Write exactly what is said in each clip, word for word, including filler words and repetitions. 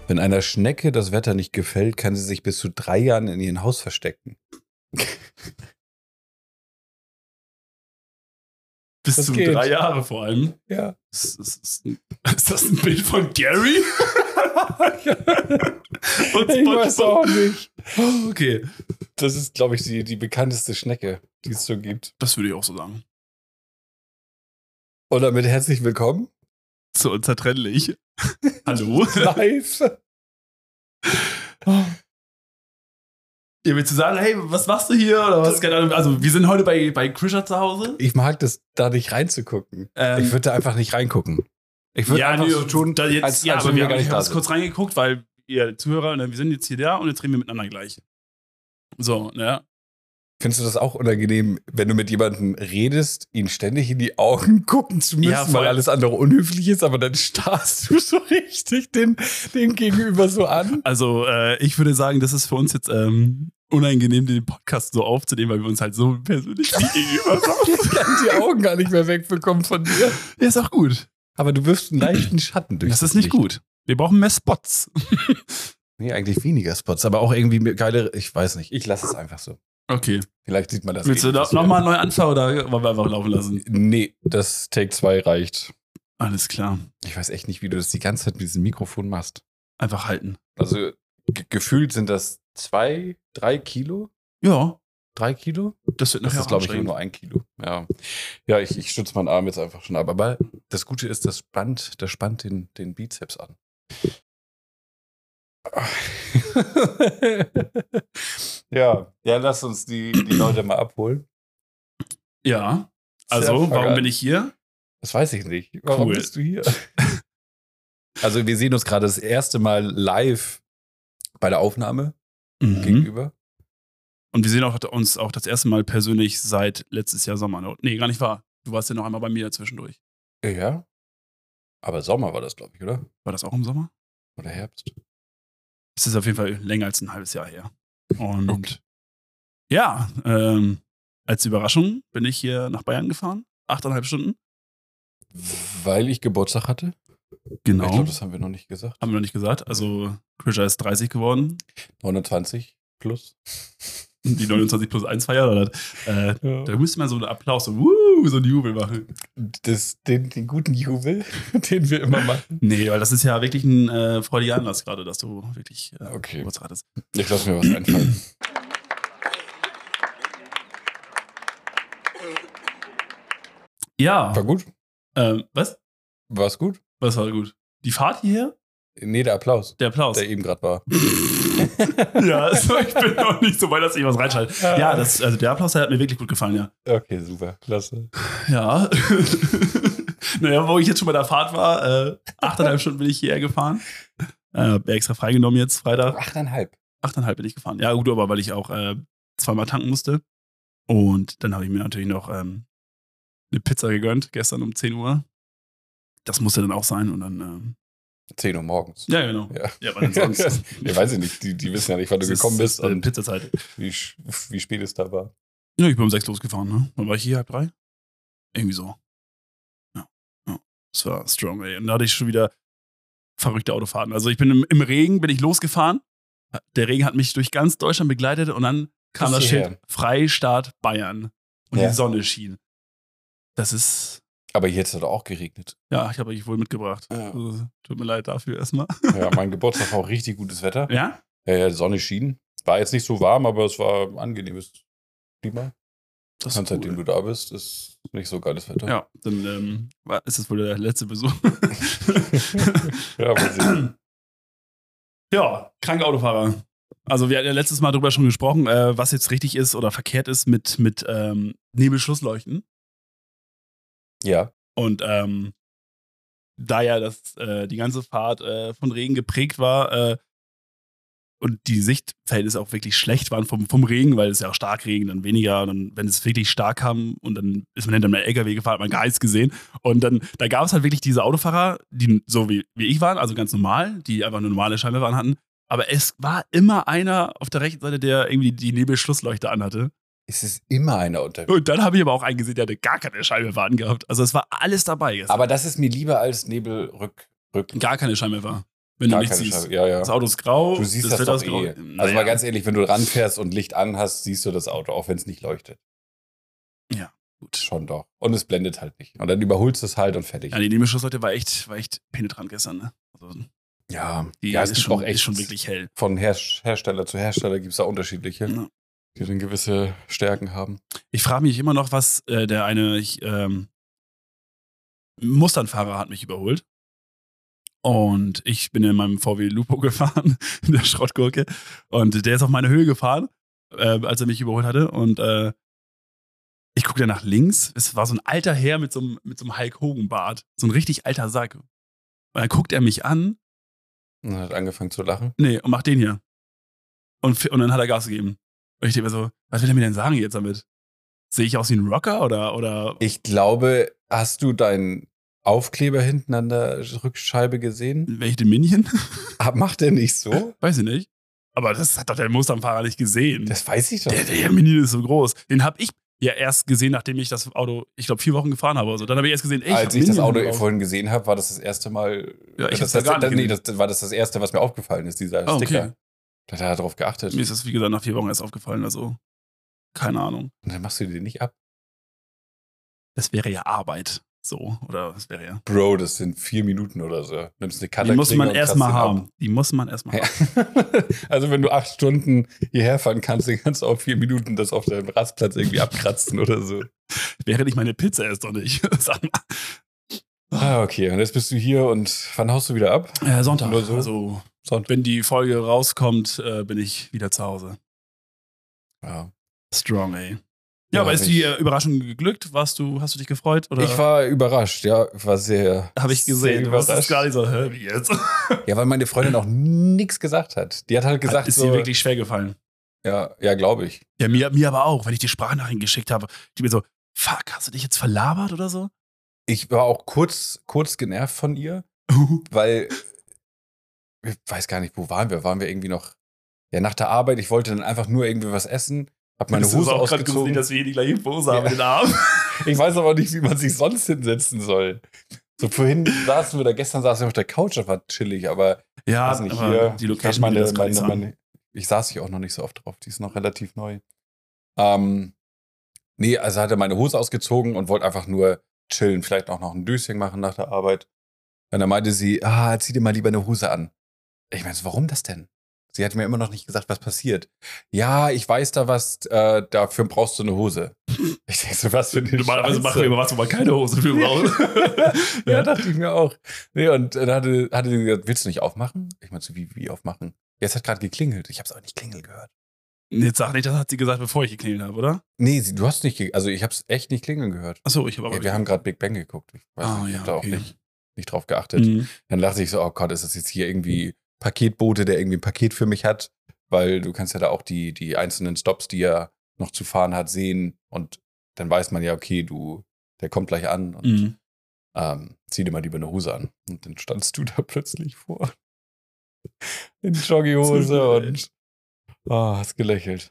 Wenn einer Schnecke das Wetter nicht gefällt, kann sie sich bis zu drei Jahren in ihrem Haus verstecken. Bis Das zu geht. drei Jahre vor allem. Ja. Ist, ist, ist, ist das ein Bild von Gary? Und Ich weiß auch nicht. Okay. Das ist, glaube ich, die, die bekannteste Schnecke, die es so gibt. Das würde ich auch so sagen. Und damit herzlich willkommen. So unzertrennlich. Hallo? Live. Ja, willst du sagen, hey, was machst du hier? Oder was? Keine Ahnung. Also, wir sind heute bei, bei Krischer zu Hause. Ich mag das, da nicht reinzugucken. Ähm, ich würde da einfach nicht reingucken. Ich würde ja, einfach nee, so tun, da jetzt, als, ja, als aber wenn wir wir gar haben nicht ich da hab sind. kurz reingeguckt, weil ihr Zuhörer, ne, wir sind jetzt hier da und jetzt reden wir miteinander gleich. So, ne? Findest du das auch unangenehm, wenn du mit jemandem redest, ihn ständig in die Augen gucken zu müssen, Ja, voll. weil alles andere unhöflich ist, aber dann starrst du so richtig den, den Gegenüber so an? Also, äh, ich würde sagen, das ist für uns jetzt ähm, unangenehm, den Podcast so aufzunehmen, weil wir uns halt so persönlich nicht gegenüber sind. Ich kann die Augen gar nicht mehr wegbekommen von dir. Ja, ist auch gut. Aber du wirfst einen leichten Schatten durch. Das ist nicht Licht. gut. Wir brauchen mehr Spots. Nee, eigentlich weniger Spots, aber auch irgendwie geile, ich weiß nicht. Ich lasse es einfach so. Okay. Vielleicht sieht man das. Willst du ähnlich, noch, was wir- noch mal neu anfangen oder wollen wir einfach laufen lassen? Nee, das Take zwei reicht. Alles klar. Ich weiß echt nicht, wie du das die ganze Zeit mit diesem Mikrofon machst. Einfach halten. Also ge- gefühlt sind das zwei, drei Kilo? Ja, Drei Kilo? das wird Das nachher ist, glaube ich, anstrengend. nur ein Kilo. Ja, ja ich, ich stütze meinen Arm jetzt einfach schon ab. Aber das Gute ist, das spannt, das spannt den, den Bizeps an. ja, ja, lass uns die, die Leute mal abholen. Ja. Sehr Also, warum vergangen. bin ich hier? Das weiß ich nicht. Warum Cool. bist du hier? Also wir sehen uns gerade das erste Mal live bei der Aufnahme Mhm. gegenüber. Und wir sehen auch, uns auch das erste Mal persönlich seit letztes Jahr Sommer. Nee, gar nicht wahr. Du warst ja noch einmal bei mir zwischendurch. Ja. Aber Sommer war das, glaube ich, oder? War das auch im Sommer? Oder Herbst? Es ist auf jeden Fall länger als ein halbes Jahr her. Und Okay. ja, ähm, als Überraschung bin ich hier nach Bayern gefahren. Achteinhalb Stunden. Weil ich Geburtstag hatte? Genau. Ich glaube, das haben wir noch nicht gesagt. Haben wir noch nicht gesagt. Also, Krischer ist dreißig geworden. neunundzwanzig plus. Die neunundzwanzig plus eins feiert. Oder? Äh, Ja. da müsste man so einen Applaus, so, wuh, so einen Jubel machen. Das, den, den guten Jubel, den wir immer machen. Nee, weil das ist ja wirklich ein äh, freudiger Anlass gerade, dass du wirklich äh, Okay. Geburtstag hattest. Ich lasse mir was einfallen. Ja. War gut? Ähm, was? War's gut? Was war gut? Die Fahrt hierher? Nee, der Applaus, Der Applaus. der eben gerade war. Ja, also ich bin noch nicht so weit, dass ich was reinschalte. Ja, das, also der Applaus der hat mir wirklich gut gefallen, ja. Okay, super, klasse. Ja. Naja, wo ich jetzt schon bei der Fahrt war, äh, achteinhalb Stunden bin ich hierher gefahren. Äh, hab extra freigenommen jetzt, Freitag. Achteinhalb. Achteinhalb bin ich gefahren. Ja, gut, aber weil ich auch äh, zweimal tanken musste. Und dann habe ich mir natürlich noch ähm, eine Pizza gegönnt, gestern um zehn Uhr. Das musste dann auch sein und dann, ähm, zehn Uhr morgens. ja, genau. Ja. Ja, aber dann sonst. Ich weiß ich nicht, die, die wissen ja nicht, wann du Es ist- gekommen bist es ist, äh, und Pizzazeit. wie, sch- wie spät es da war. Ja, ich bin um sechs losgefahren, ne? Wann war ich hier? Halb drei? Irgendwie so. Ja. Ja. Das war strong, ey. Und da hatte ich schon wieder verrückte Autofahrten. Also ich bin im, im Regen, bin ich losgefahren. Der Regen hat mich durch ganz Deutschland begleitet und dann kam Bis das hierher. Schild Freistaat Bayern. Und Ja. die Sonne schien. Das ist, Aber jetzt hat es auch geregnet. ja, ich habe euch wohl mitgebracht. Ja. Also, tut mir leid dafür erstmal. Ja, mein Geburtstag war auch richtig gutes Wetter. Ja? Ja, ja, die Sonne schien. War jetzt nicht so warm, aber es war ein angenehmes Klima. Das Und seitdem du da bist, ist nicht so geiles Wetter. Ja, dann ähm, war, ist das wohl der letzte Besuch. Ja, mal sehen. Ja, kranke Autofahrer. Also wir hatten ja letztes Mal drüber schon gesprochen, äh, was jetzt richtig ist oder verkehrt ist mit, mit ähm, Nebelschlussleuchten. Ja. Und ähm, da ja das, äh, die ganze Fahrt äh, von Regen geprägt war äh, und die Sichtverhältnisse auch wirklich schlecht waren vom, vom Regen, weil es ja auch stark regnet, dann weniger. Und dann, wenn es wirklich stark kam und dann ist man hinter einem L K W gefahren, hat man gar nichts gesehen. Und dann da gab es halt wirklich diese Autofahrer, die so wie, wie ich waren, also ganz normal, die einfach nur normale Scheinwerfer hatten. Aber es war immer einer auf der rechten Seite, der irgendwie die Nebelschlussleuchte anhatte. Es ist immer einer unterwegs. Und dann habe ich aber auch einen gesehen, der hatte gar keine Scheinwerfer angehabt. Also es war alles dabei. gestern. Aber das ist mir lieber als Nebelrück. Rück. Gar keine Scheinwerfer. Wenn Gar du nichts keine siehst. Scheibe. Ja, ja. Das Auto ist grau. Du siehst das das, Wetter doch ist grau. eh. Also Naja. mal ganz ehrlich, wenn du ranfährst und Licht an hast, siehst du das Auto, auch wenn es nicht leuchtet. Ja, gut. Schon doch. Und es blendet halt nicht. Und dann überholst du es halt und fertig. Ja, die Nebelschlussleute war echt, war echt penetrant gestern, ne? Also, Ja, die ja, es ist, gibt schon, auch echt ist schon wirklich hell. von Her Hersteller zu Hersteller gibt es da unterschiedliche, Ja. die dann gewisse Stärken haben. Ich frage mich immer noch, was äh, der eine ich, ähm, Mustang-Fahrer hat mich überholt. Und ich bin in meinem V W Lupo gefahren, in der Schrottgurke. Und der ist auf meine Höhe gefahren, äh, als er mich überholt hatte. Und äh, ich gucke dann nach links. Es war so ein alter Herr mit so einem, mit so einem Hulk Hogan-Bart. So ein richtig alter Sack. Und dann guckt er mich an. Und hat angefangen zu lachen. Nee, und macht den hier. Und, f- und dann hat er Gas gegeben. Und ich denke mir so, was will er mir denn sagen jetzt damit? Sehe ich aus wie ein Rocker oder, oder Ich glaube, hast du deinen Aufkleber hinten an der Rückscheibe gesehen? wäre ich den Minion? Ah, macht der nicht so? Weiß ich nicht. Aber das hat doch der Mustang-Fahrer nicht gesehen. Das weiß ich doch. Der, der Minion ist so groß. Den habe ich ja erst gesehen, nachdem ich das Auto, ich glaube, vier Wochen gefahren habe. Also. Dann habe ich erst gesehen, ey, ich Als hab ich das Minion Auto drauf. vorhin gesehen habe, war das das erste Mal. Ja, ich das, hab's ja das, gar nicht nee, gesehen. das war das das erste, was mir aufgefallen ist, dieser Ah, Sticker. okay. Da hat er darauf geachtet. Mir ist das, wie gesagt, nach vier Wochen erst aufgefallen. Also, keine Ahnung. Und dann machst du den nicht ab. Das wäre ja Arbeit. So, oder das wäre ja. Bro, das sind vier Minuten oder so. Nimmst eine Die muss man und erstmal kratzt den haben. Die muss man erstmal ab. haben. Ja. Also wenn du acht Stunden hierher fahren kannst, dann kannst du auch vier Minuten das auf deinem Rastplatz irgendwie abkratzen oder so. Wäre nicht meine Pizza ist doch nicht. Sag mal. Ah, okay. Und jetzt bist du hier und wann haust du wieder ab? Äh, Sonntag. Nur so? Also, Sonntag. wenn die Folge rauskommt, äh, bin ich wieder zu Hause. Ja. Strong, ey. Ja, Ja, aber ist hab die ich- äh, Überraschung geglückt? Warst du, hast du dich gefreut? Oder? Ich war überrascht, ja. Ich war sehr. Habe ich gesehen. sehr Du warst überrascht. jetzt gar nicht so, hä, wie jetzt? Ja, weil meine Freundin auch nichts gesagt hat. Die hat halt gesagt, ist so, dir wirklich schwer gefallen? ja, ja, glaube ich. Ja, mir, mir aber auch, wenn ich die Sprachnachrichten geschickt habe. Die mir so, fuck, hast du dich jetzt verlabert oder so? Ich war auch kurz, kurz genervt von ihr, weil ich weiß gar nicht, wo waren wir? Waren wir irgendwie noch ja, nach der Arbeit? Ich wollte dann einfach nur irgendwie was essen, hab meine Hast du Hose auch grad ausgezogen. gesehen, dass wir hier die gleiche Pose haben Ja. mit den Armen? Ich weiß aber nicht, wie man sich sonst hinsetzen soll. So vorhin saßen wir da, gestern saßen wir auf der Couch, das war chillig, aber Ja, weiß nicht, aber hier, die ich Location meine, will das gar meine, nicht meine, sagen. ich saß hier auch noch nicht so oft drauf, die ist noch relativ neu. Ähm, nee, also hatte meine Hose ausgezogen und wollte einfach nur chillen, vielleicht auch noch ein Döschen machen nach der Arbeit. Und dann meinte sie, ah, zieh dir mal lieber eine Hose an. Ich meine, so, warum das denn? Sie hat mir immer noch nicht gesagt, was passiert. Ja, ich weiß da was, äh, dafür brauchst du eine Hose. Ich denke so, was für eine Normalerweise Scheiße. machen wir immer was, wo man keine Hose für braucht. Ja, dachte ich mir auch. Nee, und dann hatte, hatte sie gesagt, willst du nicht aufmachen? Ich meinte so, wie, wie aufmachen? Jetzt hat gerade geklingelt. Ich habe es auch nicht klingeln gehört. Jetzt sag nicht, das hat sie gesagt, bevor ich geklingelt habe, oder? Nee, sie, du hast nicht, ge- also ich habe es echt nicht klingeln gehört. Achso, ich habe aber. Ja, wir haben gerade Big Bang geguckt. Ich weiß Ah, nicht, ich ja, habe da okay. auch nicht, nicht drauf geachtet. Mhm. Dann dachte ich so, oh Gott, ist das jetzt hier irgendwie Paketbote, der irgendwie ein Paket für mich hat? Weil du kannst ja da auch die, die einzelnen Stops, die er noch zu fahren hat, sehen. Und dann weiß man ja, okay, du, der kommt gleich an und Mhm. ähm, zieh dir mal lieber eine Hose an. Und dann standst du da plötzlich vor. In Jogginghose So, ey. und oh, hast gelächelt.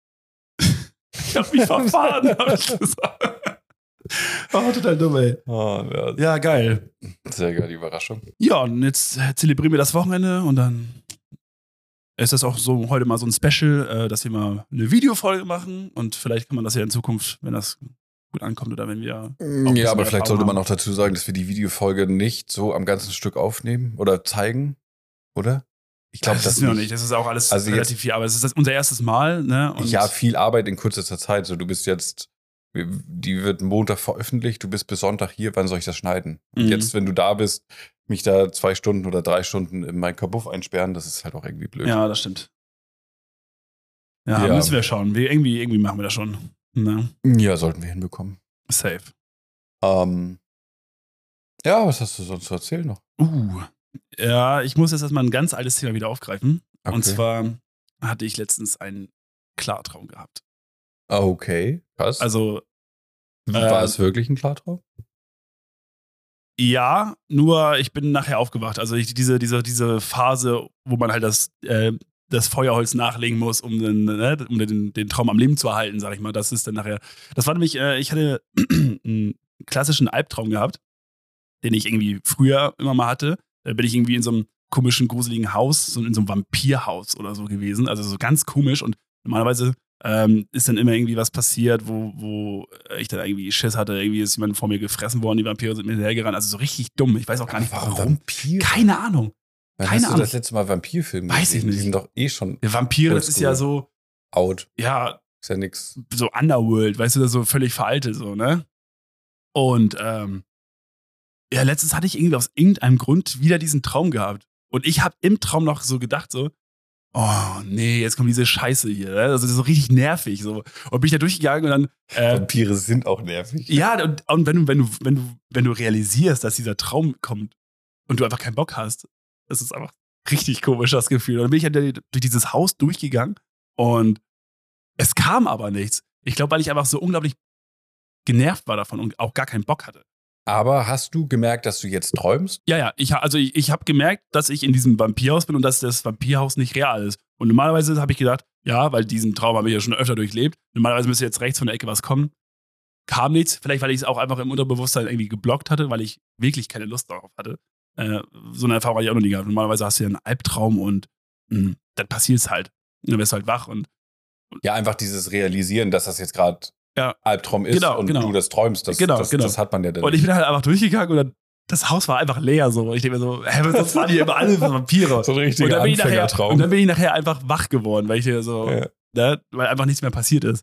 Ich hab mich verfahren, hab ich gesagt. Oh, total dumm, ey. Oh, ja, Ja, geil. sehr geile Überraschung. Ja, und jetzt äh, zelebrieren wir das Wochenende und dann ist das auch so heute mal so ein Special, äh, dass wir mal eine Videofolge machen und vielleicht kann man das ja in Zukunft, wenn das gut ankommt oder wenn wir. Ja, Auch ein bisschen aber mehr vielleicht sollte Erfahrung man auch dazu sagen, dass wir die Videofolge nicht so am ganzen Stück aufnehmen oder zeigen, oder? Ich glaube, das das ist noch nicht. Das ist auch alles Also relativ viel, aber es ist das unser erstes Mal, ne? Und Ja, viel Arbeit in kürzester Zeit. So, du bist jetzt, die wird Montag veröffentlicht, du bist bis Sonntag hier, wann soll ich das schneiden? Und Mhm. jetzt, wenn du da bist, mich da zwei Stunden oder drei Stunden in mein Kabuff einsperren, das ist halt auch irgendwie blöd. Ja, das stimmt. Ja, Ja. müssen wir schauen. Wir, irgendwie, irgendwie machen wir das schon. Ne? Ja, sollten wir hinbekommen. Safe. Ähm, ja, was hast du sonst zu erzählen noch? Uh. Ja, ich muss jetzt erstmal ein ganz altes Thema wieder aufgreifen. Okay. Und zwar hatte ich letztens einen Klartraum gehabt. Okay, krass. Also, war äh, es wirklich ein Klartraum? ja, nur ich bin nachher aufgewacht. Also ich, diese, diese, diese Phase, wo man halt das, äh, das Feuerholz nachlegen muss, um, den, ne, um den, den Traum am Leben zu erhalten, sag ich mal. Das ist dann nachher. Das war nämlich, äh, ich hatte einen klassischen Albtraum gehabt, den ich irgendwie früher immer mal hatte. Da bin ich irgendwie in so einem, komischen, gruseligen Haus, so in so einem Vampirhaus oder so gewesen. Also so ganz komisch. Und normalerweise ähm, ist dann immer irgendwie was passiert, wo, wo ich dann irgendwie Schiss hatte. Irgendwie ist jemand vor mir gefressen worden, die Vampire sind mir hinterhergerannt. Also so richtig dumm. Ich weiß auch gar nicht, warum. Vampire? Keine Ahnung. Wann Keine hast du Ahnung. das letzte Mal Vampirfilme Weiß ich gesehen? nicht. Die sind doch eh schon Ja, Vampire, das ist ja so, out. ja, Ist ja nix. so Underworld, weißt du, das ist so völlig veraltet, so, ne? Und, ähm, ja, letztens hatte ich irgendwie aus irgendeinem Grund wieder diesen Traum gehabt. Und ich habe im Traum noch so gedacht, so, oh, nee, jetzt kommt diese Scheiße hier, ne? Also, das ist so richtig nervig, so. Und bin ich da durchgegangen und dann, äh, Vampire sind auch nervig. ja, und, und wenn du, wenn du, wenn du, wenn du realisierst, dass dieser Traum kommt und du einfach keinen Bock hast, das ist einfach richtig komisch, das Gefühl. Und dann bin ich halt durch dieses Haus durchgegangen und es kam aber nichts. Ich glaube, weil ich einfach so unglaublich genervt war davon und auch gar keinen Bock hatte. Aber hast du gemerkt, dass du jetzt träumst? Ja, ja, ich, ha- also ich, ich habe gemerkt, dass ich in diesem Vampirhaus bin und dass das Vampirhaus nicht real ist. Und normalerweise habe ich gedacht, ja, weil diesen Traum habe ich ja schon öfter durchlebt, normalerweise müsste jetzt rechts von der Ecke was kommen. Kam nichts, vielleicht weil ich es auch einfach im Unterbewusstsein irgendwie geblockt hatte, weil ich wirklich keine Lust darauf hatte. Äh, so eine Erfahrung habe ich auch noch nie gehabt. Normalerweise hast du ja einen Albtraum und mh, dann passiert es halt. Und dann wirst du halt wach und Ja, einfach dieses Realisieren, dass das jetzt gerade ja. Albtraum ist Genau, und genau. du das träumst. Das, Genau, das, genau. das hat man ja dann Und ich bin halt einfach durchgegangen und dann, das Haus war einfach leer so. Und ich denke mir so, hä, das waren hier immer alle Vampire. So ein Und richtiger dann, bin ich nachher, Anfängertraum. und dann bin ich nachher einfach wach geworden, weil ich hier so, Ja. ne, weil einfach nichts mehr passiert ist.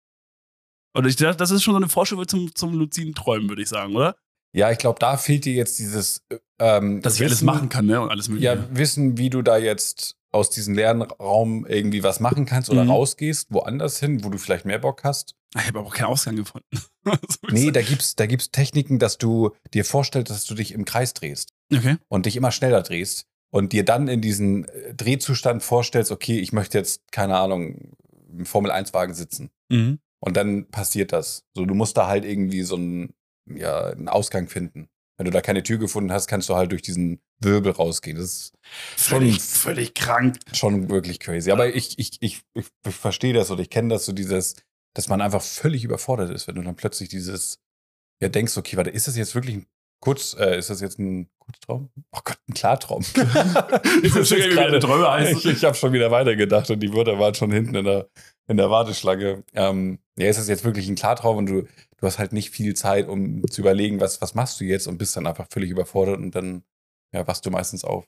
Und ich dachte, das ist schon so eine Vorstufe zum, zum luziden Träumen, würde ich sagen, oder? Ja, ich glaube, da fehlt dir jetzt dieses ähm, Dass ich alles machen kann, ne? Und alles mögliche. Ja, wissen, wie du da jetzt aus diesem leeren Raum irgendwie was machen kannst oder Mhm. rausgehst, woanders hin, wo du vielleicht mehr Bock hast. Ich habe aber auch keinen Ausgang gefunden. So ist Nee, es. da gibt's, da gibt's Techniken, dass du dir vorstellst, dass du dich im Kreis drehst Okay. und dich immer schneller drehst und dir dann in diesen äh, Drehzustand vorstellst, okay, ich möchte jetzt, keine Ahnung, im Formel eins Wagen sitzen. Mhm. Und dann passiert das. So, du musst da halt irgendwie so einen, ja, einen Ausgang finden. Wenn du da keine Tür gefunden hast, kannst du halt durch diesen Wirbel rausgehen. Das ist Völlig, völlig krank. schon wirklich crazy. Aber ich, ich, ich, ich, ich verstehe das oder ich kenne das so dieses, dass man einfach völlig überfordert ist, wenn du dann plötzlich dieses, ja, denkst, okay, warte, ist das jetzt wirklich ein Kurz, äh, ist das jetzt ein Kurztraum? Oh Gott, ein Klartraum. Ist das schon irgendwie eine Träume heißt? Ich, ich habe schon wieder weitergedacht und die Wörter waren schon hinten in der, in der Warteschlange. Ähm, ja, ist das jetzt wirklich ein Klartraum und du, du hast halt nicht viel Zeit, um zu überlegen, was, was machst du jetzt und bist dann einfach völlig überfordert und dann ja, wachst du meistens auf.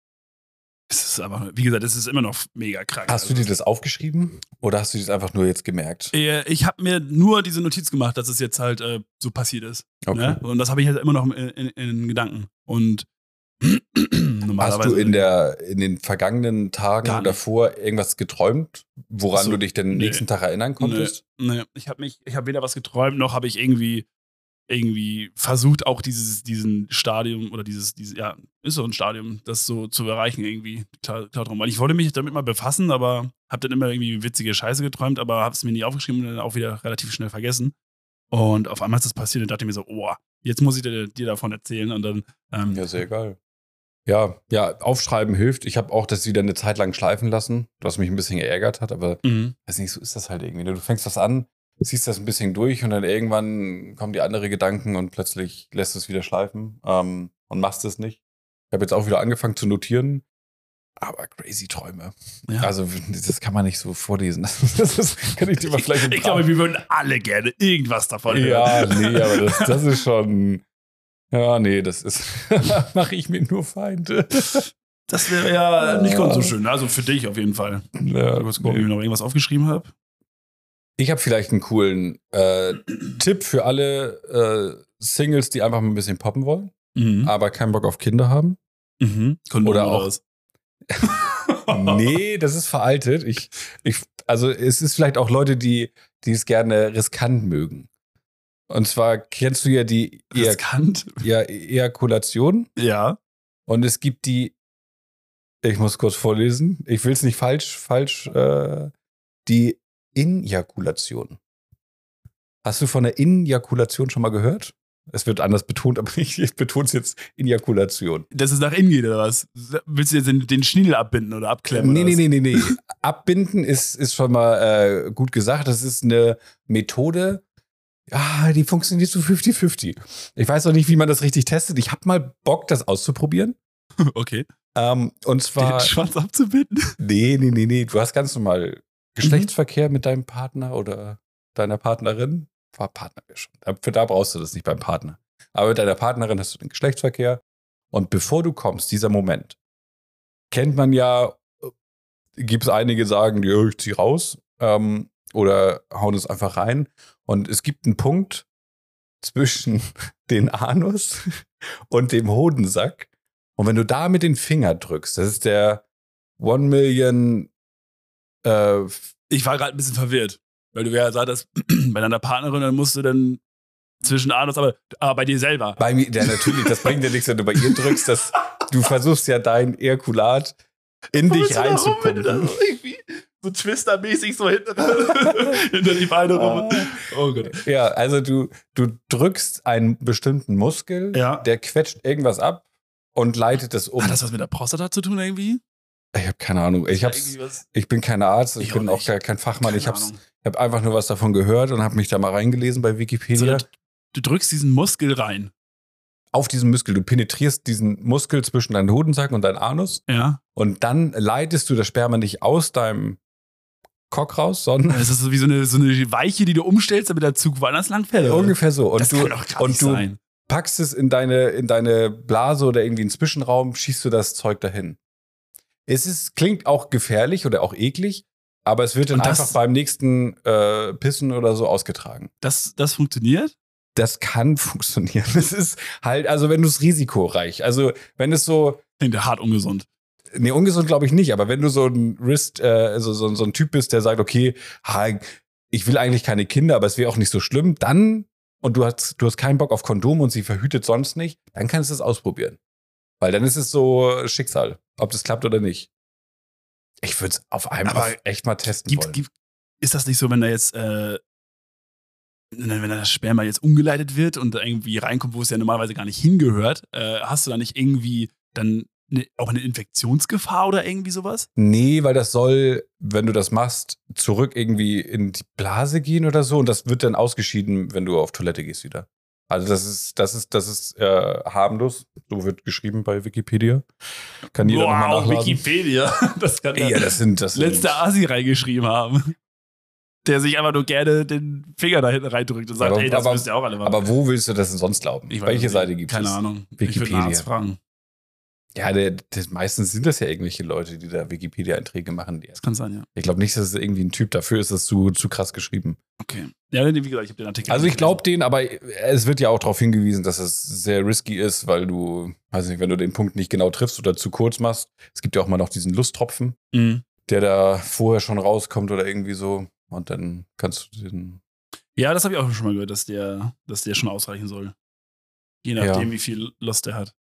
Es ist aber, wie gesagt, es ist immer noch mega krank. Hast du dir das aufgeschrieben oder hast du das einfach nur jetzt gemerkt? Äh, Ich habe mir nur diese Notiz gemacht, dass es jetzt halt äh, so passiert ist. Okay. Ne? Und das habe ich halt immer noch in, in, in Gedanken. Und Hast normalerweise. du in, der, in den vergangenen Tagen Gar nicht. davor irgendwas geträumt, woran So, du dich den nee. nächsten Tag erinnern konntest? Nee, nee. Ich habe mich, ich habe weder was geträumt, noch habe ich irgendwie, irgendwie versucht, auch dieses, diesen Stadium oder dieses, dieses, ja, ist so ein Stadium, das so zu erreichen, irgendwie. Klar, klar drum. Weil ich wollte mich damit mal befassen, aber habe dann immer irgendwie witzige Scheiße geträumt, aber habe es mir nie aufgeschrieben und dann auch wieder relativ schnell vergessen. Und auf einmal ist das passiert und dachte mir so, oh, jetzt muss ich dir, dir davon erzählen. Und dann, ähm, Ja, sehr geil. Ja, ja, aufschreiben hilft. Ich habe auch das wieder eine Zeit lang schleifen lassen, was mich ein bisschen geärgert hat, aber mhm. weiß nicht, so ist das halt irgendwie. Du fängst das an, ziehst das ein bisschen durch und dann irgendwann kommen die andere Gedanken und plötzlich lässt es wieder schleifen ähm, und machst es nicht. Ich habe jetzt auch wieder angefangen zu notieren, aber crazy Träume. Ja. Also das kann man nicht so vorlesen. Das ist, kann ich dir mal vielleicht im Ich glaube, wir würden alle gerne irgendwas davon hören. Ja, nee, aber das, das ist schon. Ja, nee, das ist. Mache ich mir nur Feinde. Das wäre ja nicht ganz so schön. Also für dich auf jeden Fall. Ja, Ich muss gucken, ob ich nee. noch irgendwas aufgeschrieben habe. Ich habe vielleicht einen coolen äh, Tipp für alle äh, Singles, die einfach mal ein bisschen poppen wollen, Mhm. aber keinen Bock auf Kinder haben. Mhm. Kondom Oder auch- was? Nee, das ist veraltet. Ich, ich, also es ist vielleicht auch Leute, die, die es gerne riskant mögen. Und zwar kennst du ja die Eak Riskant. ja, Ejakulation Ja. und es gibt die, ich muss kurz vorlesen, ich will es nicht falsch, falsch, äh, die Injakulation. Hast du von der Injakulation schon mal gehört? Es wird anders betont, aber ich, ich betone es jetzt Injakulation. Dass es nach innen geht oder was? Willst du jetzt den, den Schniedel abbinden oder abklemmen? Nee, oder nee, was? nee, nee, nee. Abbinden ist, ist schon mal äh, gut gesagt. Das ist eine Methode, ja, die funktioniert so fünfzig fünfzig. Ich weiß noch nicht, wie man das richtig testet. Ich habe mal Bock, das auszuprobieren. Okay. Ähm, und zwar. Den Schwanz abzubinden? Nee, nee, nee, nee. Du hast ganz normal Geschlechtsverkehr mhm. mit deinem Partner oder deiner Partnerin. War Partner ja schon. Für da brauchst du das nicht beim Partner. Aber mit deiner Partnerin hast du den Geschlechtsverkehr. Und bevor du kommst, dieser Moment, kennt man ja, gibt es einige, sagen, ja, ich zieh raus. Ähm, oder hauen es einfach rein. Und es gibt einen Punkt zwischen den Anus und dem Hodensack. Und wenn du da mit den Finger drückst, das ist der One Million. Äh, ich war gerade ein bisschen verwirrt, weil du ja sagtest, bei deiner Partnerin, dann musst du dann zwischen Anus, aber, aber bei dir selber. Bei mir, ja, natürlich, das bringt dir nichts, wenn du bei ihr drückst. Das, du versuchst ja dein Ejakulat in dich reinzupumpen. So Twister-mäßig so hinter, hinter die Beine rum. Oh Gott. Ja, also du, du drückst einen bestimmten Muskel, ja. der quetscht irgendwas ab und leitet es um. Hat das was mit der Prostata zu tun irgendwie? Ich habe keine Ahnung. Ich, hab's, ich bin kein Arzt, ich, ich bin auch, auch kein Fachmann. Keine ich habe hab einfach nur was davon gehört und habe mich da mal reingelesen bei Wikipedia. So, du drückst diesen Muskel rein. Auf diesen Muskel. Du penetrierst diesen Muskel zwischen deinem Hodensack und deinem Anus. Ja. Und dann leitest du das Sperma nicht aus deinem Cock raus, sondern. Es ist so wie so eine, so eine Weiche, die du umstellst, damit der Zug woanders lang fährt. Oder? Ungefähr so. Und das du, kann doch gar und nicht du sein. packst es in deine, in deine Blase oder irgendwie in den Zwischenraum, schießt du das Zeug dahin. Es ist, klingt auch gefährlich oder auch eklig, aber es wird dann das, einfach beim nächsten äh, Pissen oder so ausgetragen. Das, das funktioniert? Das kann funktionieren. Es ist halt, also wenn du es risikoreich, also wenn es so. Klingt ja hart ungesund. Nee, ungesund glaube ich nicht, aber wenn du so ein Wrist, äh, so, so, so ein Typ bist, der sagt, okay, ich will eigentlich keine Kinder, aber es wäre auch nicht so schlimm, dann, und du hast, du hast keinen Bock auf Kondom und sie verhütet sonst nicht, dann kannst du es ausprobieren. Weil dann ist es so Schicksal, ob das klappt oder nicht. Ich würde es auf einmal aber echt mal testen gibt, wollen. Gibt, ist das nicht so, wenn da jetzt, äh, wenn das Sperma jetzt umgeleitet wird und da irgendwie reinkommt, wo es ja normalerweise gar nicht hingehört, äh, hast du da nicht irgendwie dann eine, auch eine Infektionsgefahr oder irgendwie sowas? Nee, weil das soll, wenn du das machst, zurück irgendwie in die Blase gehen oder so und das wird dann ausgeschieden, wenn du auf Toilette gehst wieder. Also das ist, das ist, das ist äh, harmlos. So wird geschrieben bei Wikipedia. Kann jeder wow, nochmal nachladen. Wikipedia. Das kann ja, das sind das letzte sind, Asi reingeschrieben haben. Der sich einfach nur gerne den Finger da hinten reindrückt und sagt, aber, ey, das aber, müsst ihr auch alle machen. Aber wo willst du das denn sonst glauben? Ich Welche nicht. Seite gibt Keine es? Keine Ahnung. Wikipedia. Ich würde einen Arzt fragen. Ja, der, der, meistens sind das ja irgendwelche Leute, die da Wikipedia-Einträge machen. Das kann sein, ja. Ich glaube nicht, dass es irgendwie ein Typ dafür ist, das ist zu, zu krass geschrieben. Okay. Ja, wie gesagt, ich habe den Artikel. Also ich glaube den, aber es wird ja auch darauf hingewiesen, dass es sehr risky ist, weil du, weiß nicht, wenn du den Punkt nicht genau triffst oder zu kurz machst. Es gibt ja auch mal noch diesen Lusttropfen, mhm. der da vorher schon rauskommt oder irgendwie so. Und dann kannst du den. Ja, das habe ich auch schon mal gehört, dass der, dass der schon ausreichen soll. Je nachdem, ja. wie viel Lust er hat.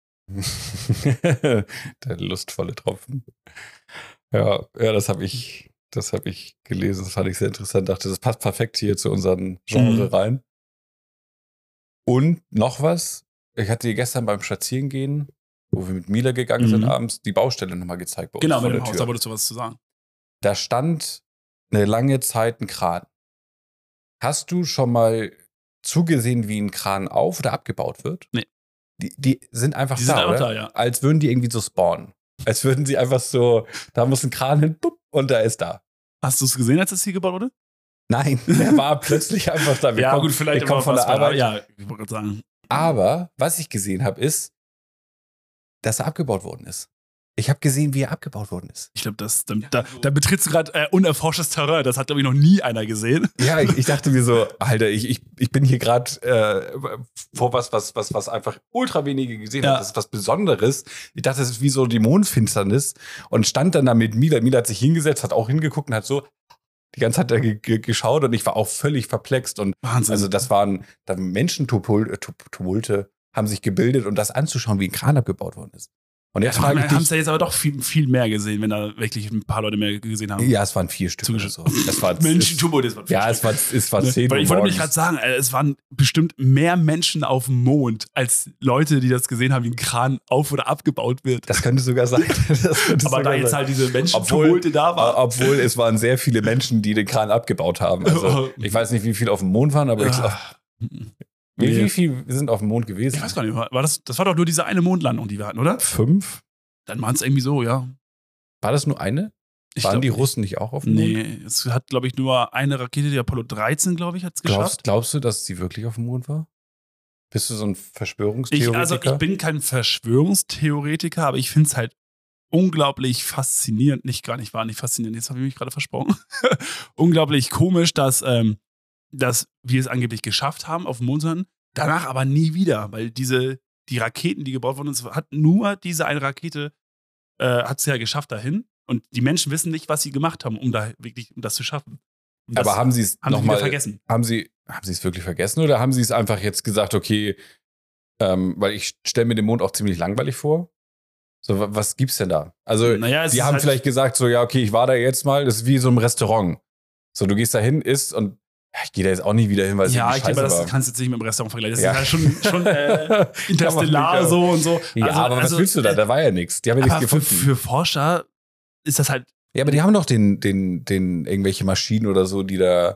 Der lustvolle Tropfen. Ja, ja, das habe ich, das habe ich gelesen, das fand ich sehr interessant. Dachte, das passt perfekt hier zu unserem Genre mhm. rein. Und noch was, ich hatte dir gestern beim Spazierengehen, wo wir mit Mila gegangen mhm. sind abends, die Baustelle nochmal gezeigt bei uns. Genau, mit dem Haus, da wolltest du was zu sagen. Da stand eine lange Zeit ein Kran. Hast du schon mal zugesehen, wie ein Kran auf- oder abgebaut wird? Nee. Die, die sind einfach die da, sind oder? Da, ja. Als würden die irgendwie so spawnen. Als würden sie einfach so, da muss ein Kran hin, bupp, und da ist da. Hast du es gesehen, als das hier gebaut wurde? Nein, der war plötzlich einfach da. Wir ja, kommen, gut, vielleicht wir kommen von der Arbeit. Ja, ich wollte gerade sagen. Aber was ich gesehen habe, ist, dass er abgebaut worden ist. Ich habe gesehen, wie er abgebaut worden ist. Ich glaube, da, da, da betrittst du gerade äh, unerforschtes Terrain. Das hat, glaube ich, noch nie einer gesehen. Ja, ich, ich dachte mir so, Alter, ich, ich, ich bin hier gerade äh, vor was, was, was, was einfach ultra wenige gesehen ja. haben. Das ist was Besonderes. Ich dachte, das ist wie so die Mondfinsternis und stand dann da mit Mila. Mila hat sich hingesetzt, hat auch hingeguckt und hat so die ganze Zeit da ge- ge- geschaut und ich war auch völlig perplext. Und Wahnsinn. Also das waren da Menschentumulte haben sich gebildet, um das anzuschauen, wie ein Kran abgebaut worden ist. Und jetzt ja, frage ich dich, haben es ja jetzt aber doch viel, viel mehr gesehen, wenn da wirklich ein paar Leute mehr gesehen haben. Ja, es waren vier Stück oder so. Es war Menschentumor, das waren vier Ja, es war, es war zehn Weil Uhr ich wollte mich gerade sagen, es waren bestimmt mehr Menschen auf dem Mond als Leute, die das gesehen haben, wie ein Kran auf- oder abgebaut wird. Das könnte sogar sein. könnte aber sogar da jetzt sein. Halt diese Menschentumulte da waren. Obwohl es waren sehr viele Menschen, die den Kran abgebaut haben. Also ich weiß nicht, wie viele auf dem Mond waren, aber ich glaube, Wie, Nee. wie viel sind auf dem Mond gewesen? Ich weiß gar nicht, war das, das war doch nur diese eine Mondlandung, die wir hatten, oder? Fünf? Dann waren es irgendwie so, ja. War das nur eine? Ich Waren glaub die nicht. Russen nicht auch auf dem Mond? Nee, es hat, glaube ich, nur eine Rakete, die Apollo dreizehn, glaube ich, hat es geschafft. Glaubst, glaubst du, dass sie wirklich auf dem Mond war? Bist du so ein Ich, Verschwörungstheoretiker? also, ich bin kein Verschwörungstheoretiker, aber ich finde es halt unglaublich faszinierend, nicht gar nicht, war nicht faszinierend, jetzt habe ich mich gerade versprochen. Unglaublich komisch, dass, ähm, dass wir es angeblich geschafft haben auf dem Mond zu landen, danach aber nie wieder, weil diese, die Raketen, die gebaut wurden, es hat nur diese eine Rakete, äh, hat es ja geschafft dahin und die Menschen wissen nicht, was sie gemacht haben, um da wirklich, um das zu schaffen. Und das Aber haben sie es haben sie wieder nochmal vergessen. Haben sie, haben sie es wirklich vergessen oder haben sie es einfach jetzt gesagt, okay, ähm, weil ich stelle mir den Mond auch ziemlich langweilig vor. So, wa- was gibt's denn da? Also, Naja, es die ist haben halt- vielleicht gesagt, so, ja, okay, ich war da jetzt mal, das ist wie so im Restaurant. So, du gehst da hin, isst und ja, ich gehe da jetzt auch nie wieder hin, weil es Ja, irgendwie ich glaube, scheiße das war. kannst du jetzt nicht mit dem Restaurant vergleichen. Das Ja. ist halt schon, schon äh, interstellar Kann man nicht, so und so. Ja, Also- aber was also, willst du da? äh, Da war ja nichts. Die haben ja nichts Aber für, gefunden. für Forscher ist das halt, Ja, aber die haben doch den, den, den, irgendwelche Maschinen oder so, die da.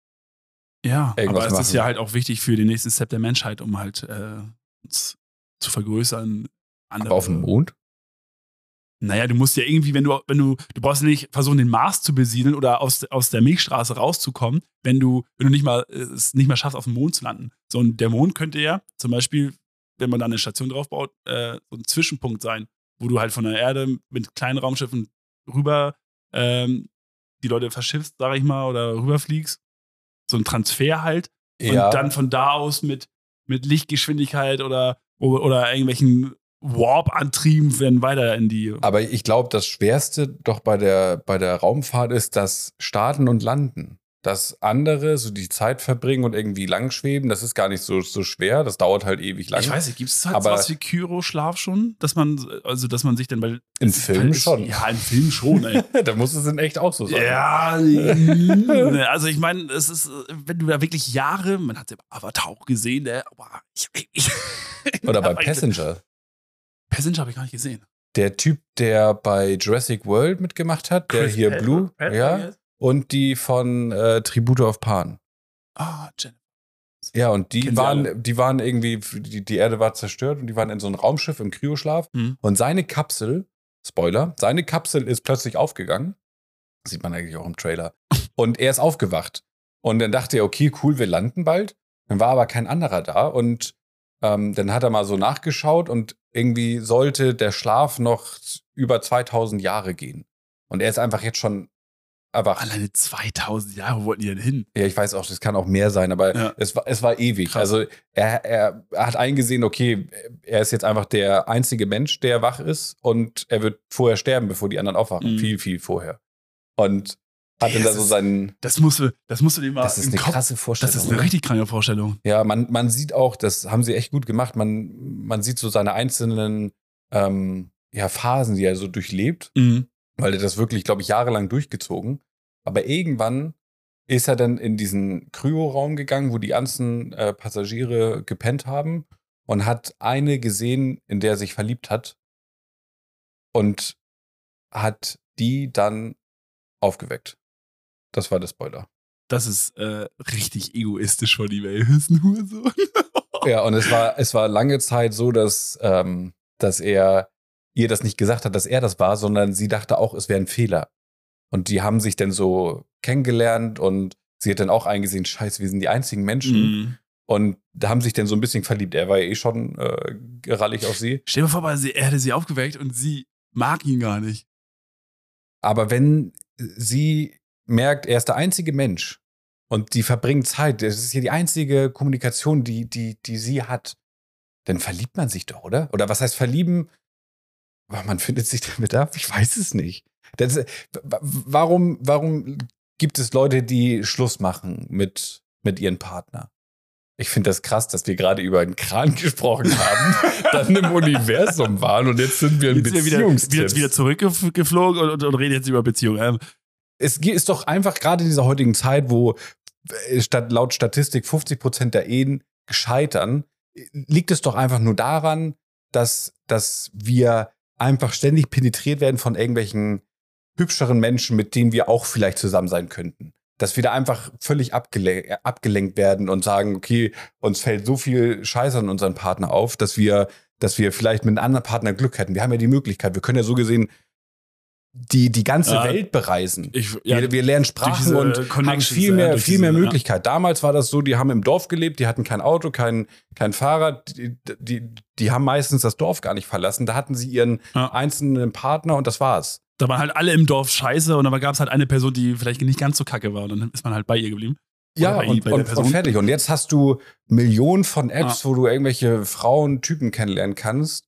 ja, Irgendwas aber es ist machen. ja halt auch wichtig für den nächsten Step der Menschheit, um halt äh, uns zu vergrößern. Andere, Aber auf dem Mond? Naja, du musst ja irgendwie, wenn du, wenn du, du brauchst nicht versuchen, den Mars zu besiedeln oder aus, aus der Milchstraße rauszukommen, wenn du, wenn du nicht mal, äh, es nicht mal schaffst, auf dem Mond zu landen. So, und der Mond könnte ja zum Beispiel, wenn man da eine Station drauf baut, äh, so ein Zwischenpunkt sein, wo du halt von der Erde mit kleinen Raumschiffen rüber ähm, die Leute verschiffst, sag ich mal, oder rüberfliegst. So ein Transfer halt. Und Ja. dann von da aus mit, mit Lichtgeschwindigkeit oder, oder irgendwelchen Warp-Antrieben werden weiter in die. Aber ich glaube, das Schwerste doch bei der, bei der Raumfahrt ist das Starten und Landen. Das andere, so die Zeit verbringen und irgendwie langschweben, das ist gar nicht so, so schwer. Das dauert halt ewig lang. Ich weiß nicht, gibt es halt Aber- sowas wie Kyro-Schlaf schon? Dass man, also dass man sich dann, weil. Im es ist Film halt, schon. Ja, im Film schon, ey. Da muss es in echt auch so sein. Ja, mm, also ich meine, es ist, wenn du da wirklich Jahre, man hat ja Avatar auch gesehen, ne? Aber ich, ich, Oder bei Aber ich- Passenger. Passenger habe ich gar nicht gesehen. Der Typ, der bei Jurassic World mitgemacht hat, der Chris hier Pratt- Blue, Pratt, ja, yes. und die von äh, Tribute of Pan. Ah, Jen. Ja, und die Kennen sie alle. waren, die waren irgendwie, die, die Erde war zerstört und die waren in so einem Raumschiff im Kryoschlaf. Mhm. Und seine Kapsel, Spoiler, seine Kapsel ist plötzlich aufgegangen. Sieht man eigentlich auch im Trailer. Und er ist aufgewacht. Und dann dachte er, okay, cool, wir landen bald. Dann war aber kein anderer da. Und ähm, dann hat er mal so nachgeschaut und irgendwie sollte der Schlaf noch über zweitausend Jahre gehen. Und er ist einfach jetzt schon erwacht. Alleine zweitausend Jahre, wo wollten die denn hin? Ja, ich weiß auch, das kann auch mehr sein, aber Ja. es, war, es war ewig. Krass. Also er, er hat eingesehen, okay, er ist jetzt einfach der einzige Mensch, der wach ist und er wird vorher sterben, bevor die anderen aufwachen. Mhm. Viel, viel vorher. Und hat dann Das da so ist- seinen. Das musst du, das musst du dir mal Das ist im eine Kopf. krasse Vorstellung. Das ist eine oder? richtig kranke Vorstellung. Ja, man, man sieht auch, das haben sie echt gut gemacht. Man, man sieht so seine einzelnen ähm, ja, Phasen, die er so durchlebt, Mhm. weil er das wirklich, glaube ich, jahrelang durchgezogen. Aber irgendwann ist er dann in diesen Kryoraum gegangen, wo die ganzen äh, Passagiere gepennt haben und hat eine gesehen, in der er sich verliebt hat und hat die dann aufgeweckt. Das war der Spoiler. Das ist äh, richtig egoistisch von ihm, ey. Das ist nur so. Ja, und es war, es war lange Zeit so, dass, ähm, dass er ihr das nicht gesagt hat, dass er das war, sondern sie dachte auch, es wäre ein Fehler. Und die haben sich dann so kennengelernt und sie hat dann auch eingesehen, scheiße, wir sind die einzigen Menschen. Mhm. Und da haben sich dann so ein bisschen verliebt. Er war ja eh schon äh, gerallig auf sie. Stell dir vor, weil sie, er hätte sie aufgeweckt und sie mag ihn gar nicht. Aber wenn sie merkt, er ist der einzige Mensch und die verbringen Zeit, das ist ja die einzige Kommunikation, die, die, die sie hat, dann verliebt man sich doch, oder? Oder was heißt verlieben? Oh, man findet sich damit ab? Ich weiß es nicht. Das, w- w- warum, warum gibt es Leute, die Schluss machen mit, mit ihrem Partner? Ich finde das krass, dass wir gerade über einen Kran gesprochen haben, dann im Universum waren und jetzt sind wir in Jetzt sind wir wieder, Beziehungstipps. wieder, wieder zurückgeflogen und, und, und reden jetzt über Beziehungen. Ähm, Es ge- ist doch einfach gerade in dieser heutigen Zeit, wo äh, statt, laut Statistik fünfzig Prozent der Ehen scheitern, liegt es doch einfach nur daran, dass, dass wir einfach ständig penetriert werden von irgendwelchen hübscheren Menschen, mit denen wir auch vielleicht zusammen sein könnten. dass wir da einfach völlig abgele- abgelenkt werden und sagen, okay, uns fällt so viel Scheiße an unseren Partner auf, dass wir, dass wir vielleicht mit einem anderen Partner Glück hätten. Wir haben ja die Möglichkeit, wir können ja so gesehen die, die ganze Ja, Welt bereisen. Ich, ja, wir, wir lernen Sprachen und haben Connections, viel ja, mehr, durch viel diese- mehr ja. Möglichkeit. Damals war das so, die haben im Dorf gelebt, die hatten kein Auto, kein, kein Fahrrad, die, die, die haben meistens das Dorf gar nicht verlassen. Da hatten sie ihren Ja. einzelnen Partner und das war's. Da waren halt alle im Dorf scheiße und dann gab es halt eine Person, die vielleicht nicht ganz so kacke war und dann ist man halt bei ihr geblieben. Ja, bei- und, bei der und, Person. und fertig. Und jetzt hast du Millionen von Apps, Ah. wo du irgendwelche Frauen, Typen kennenlernen kannst.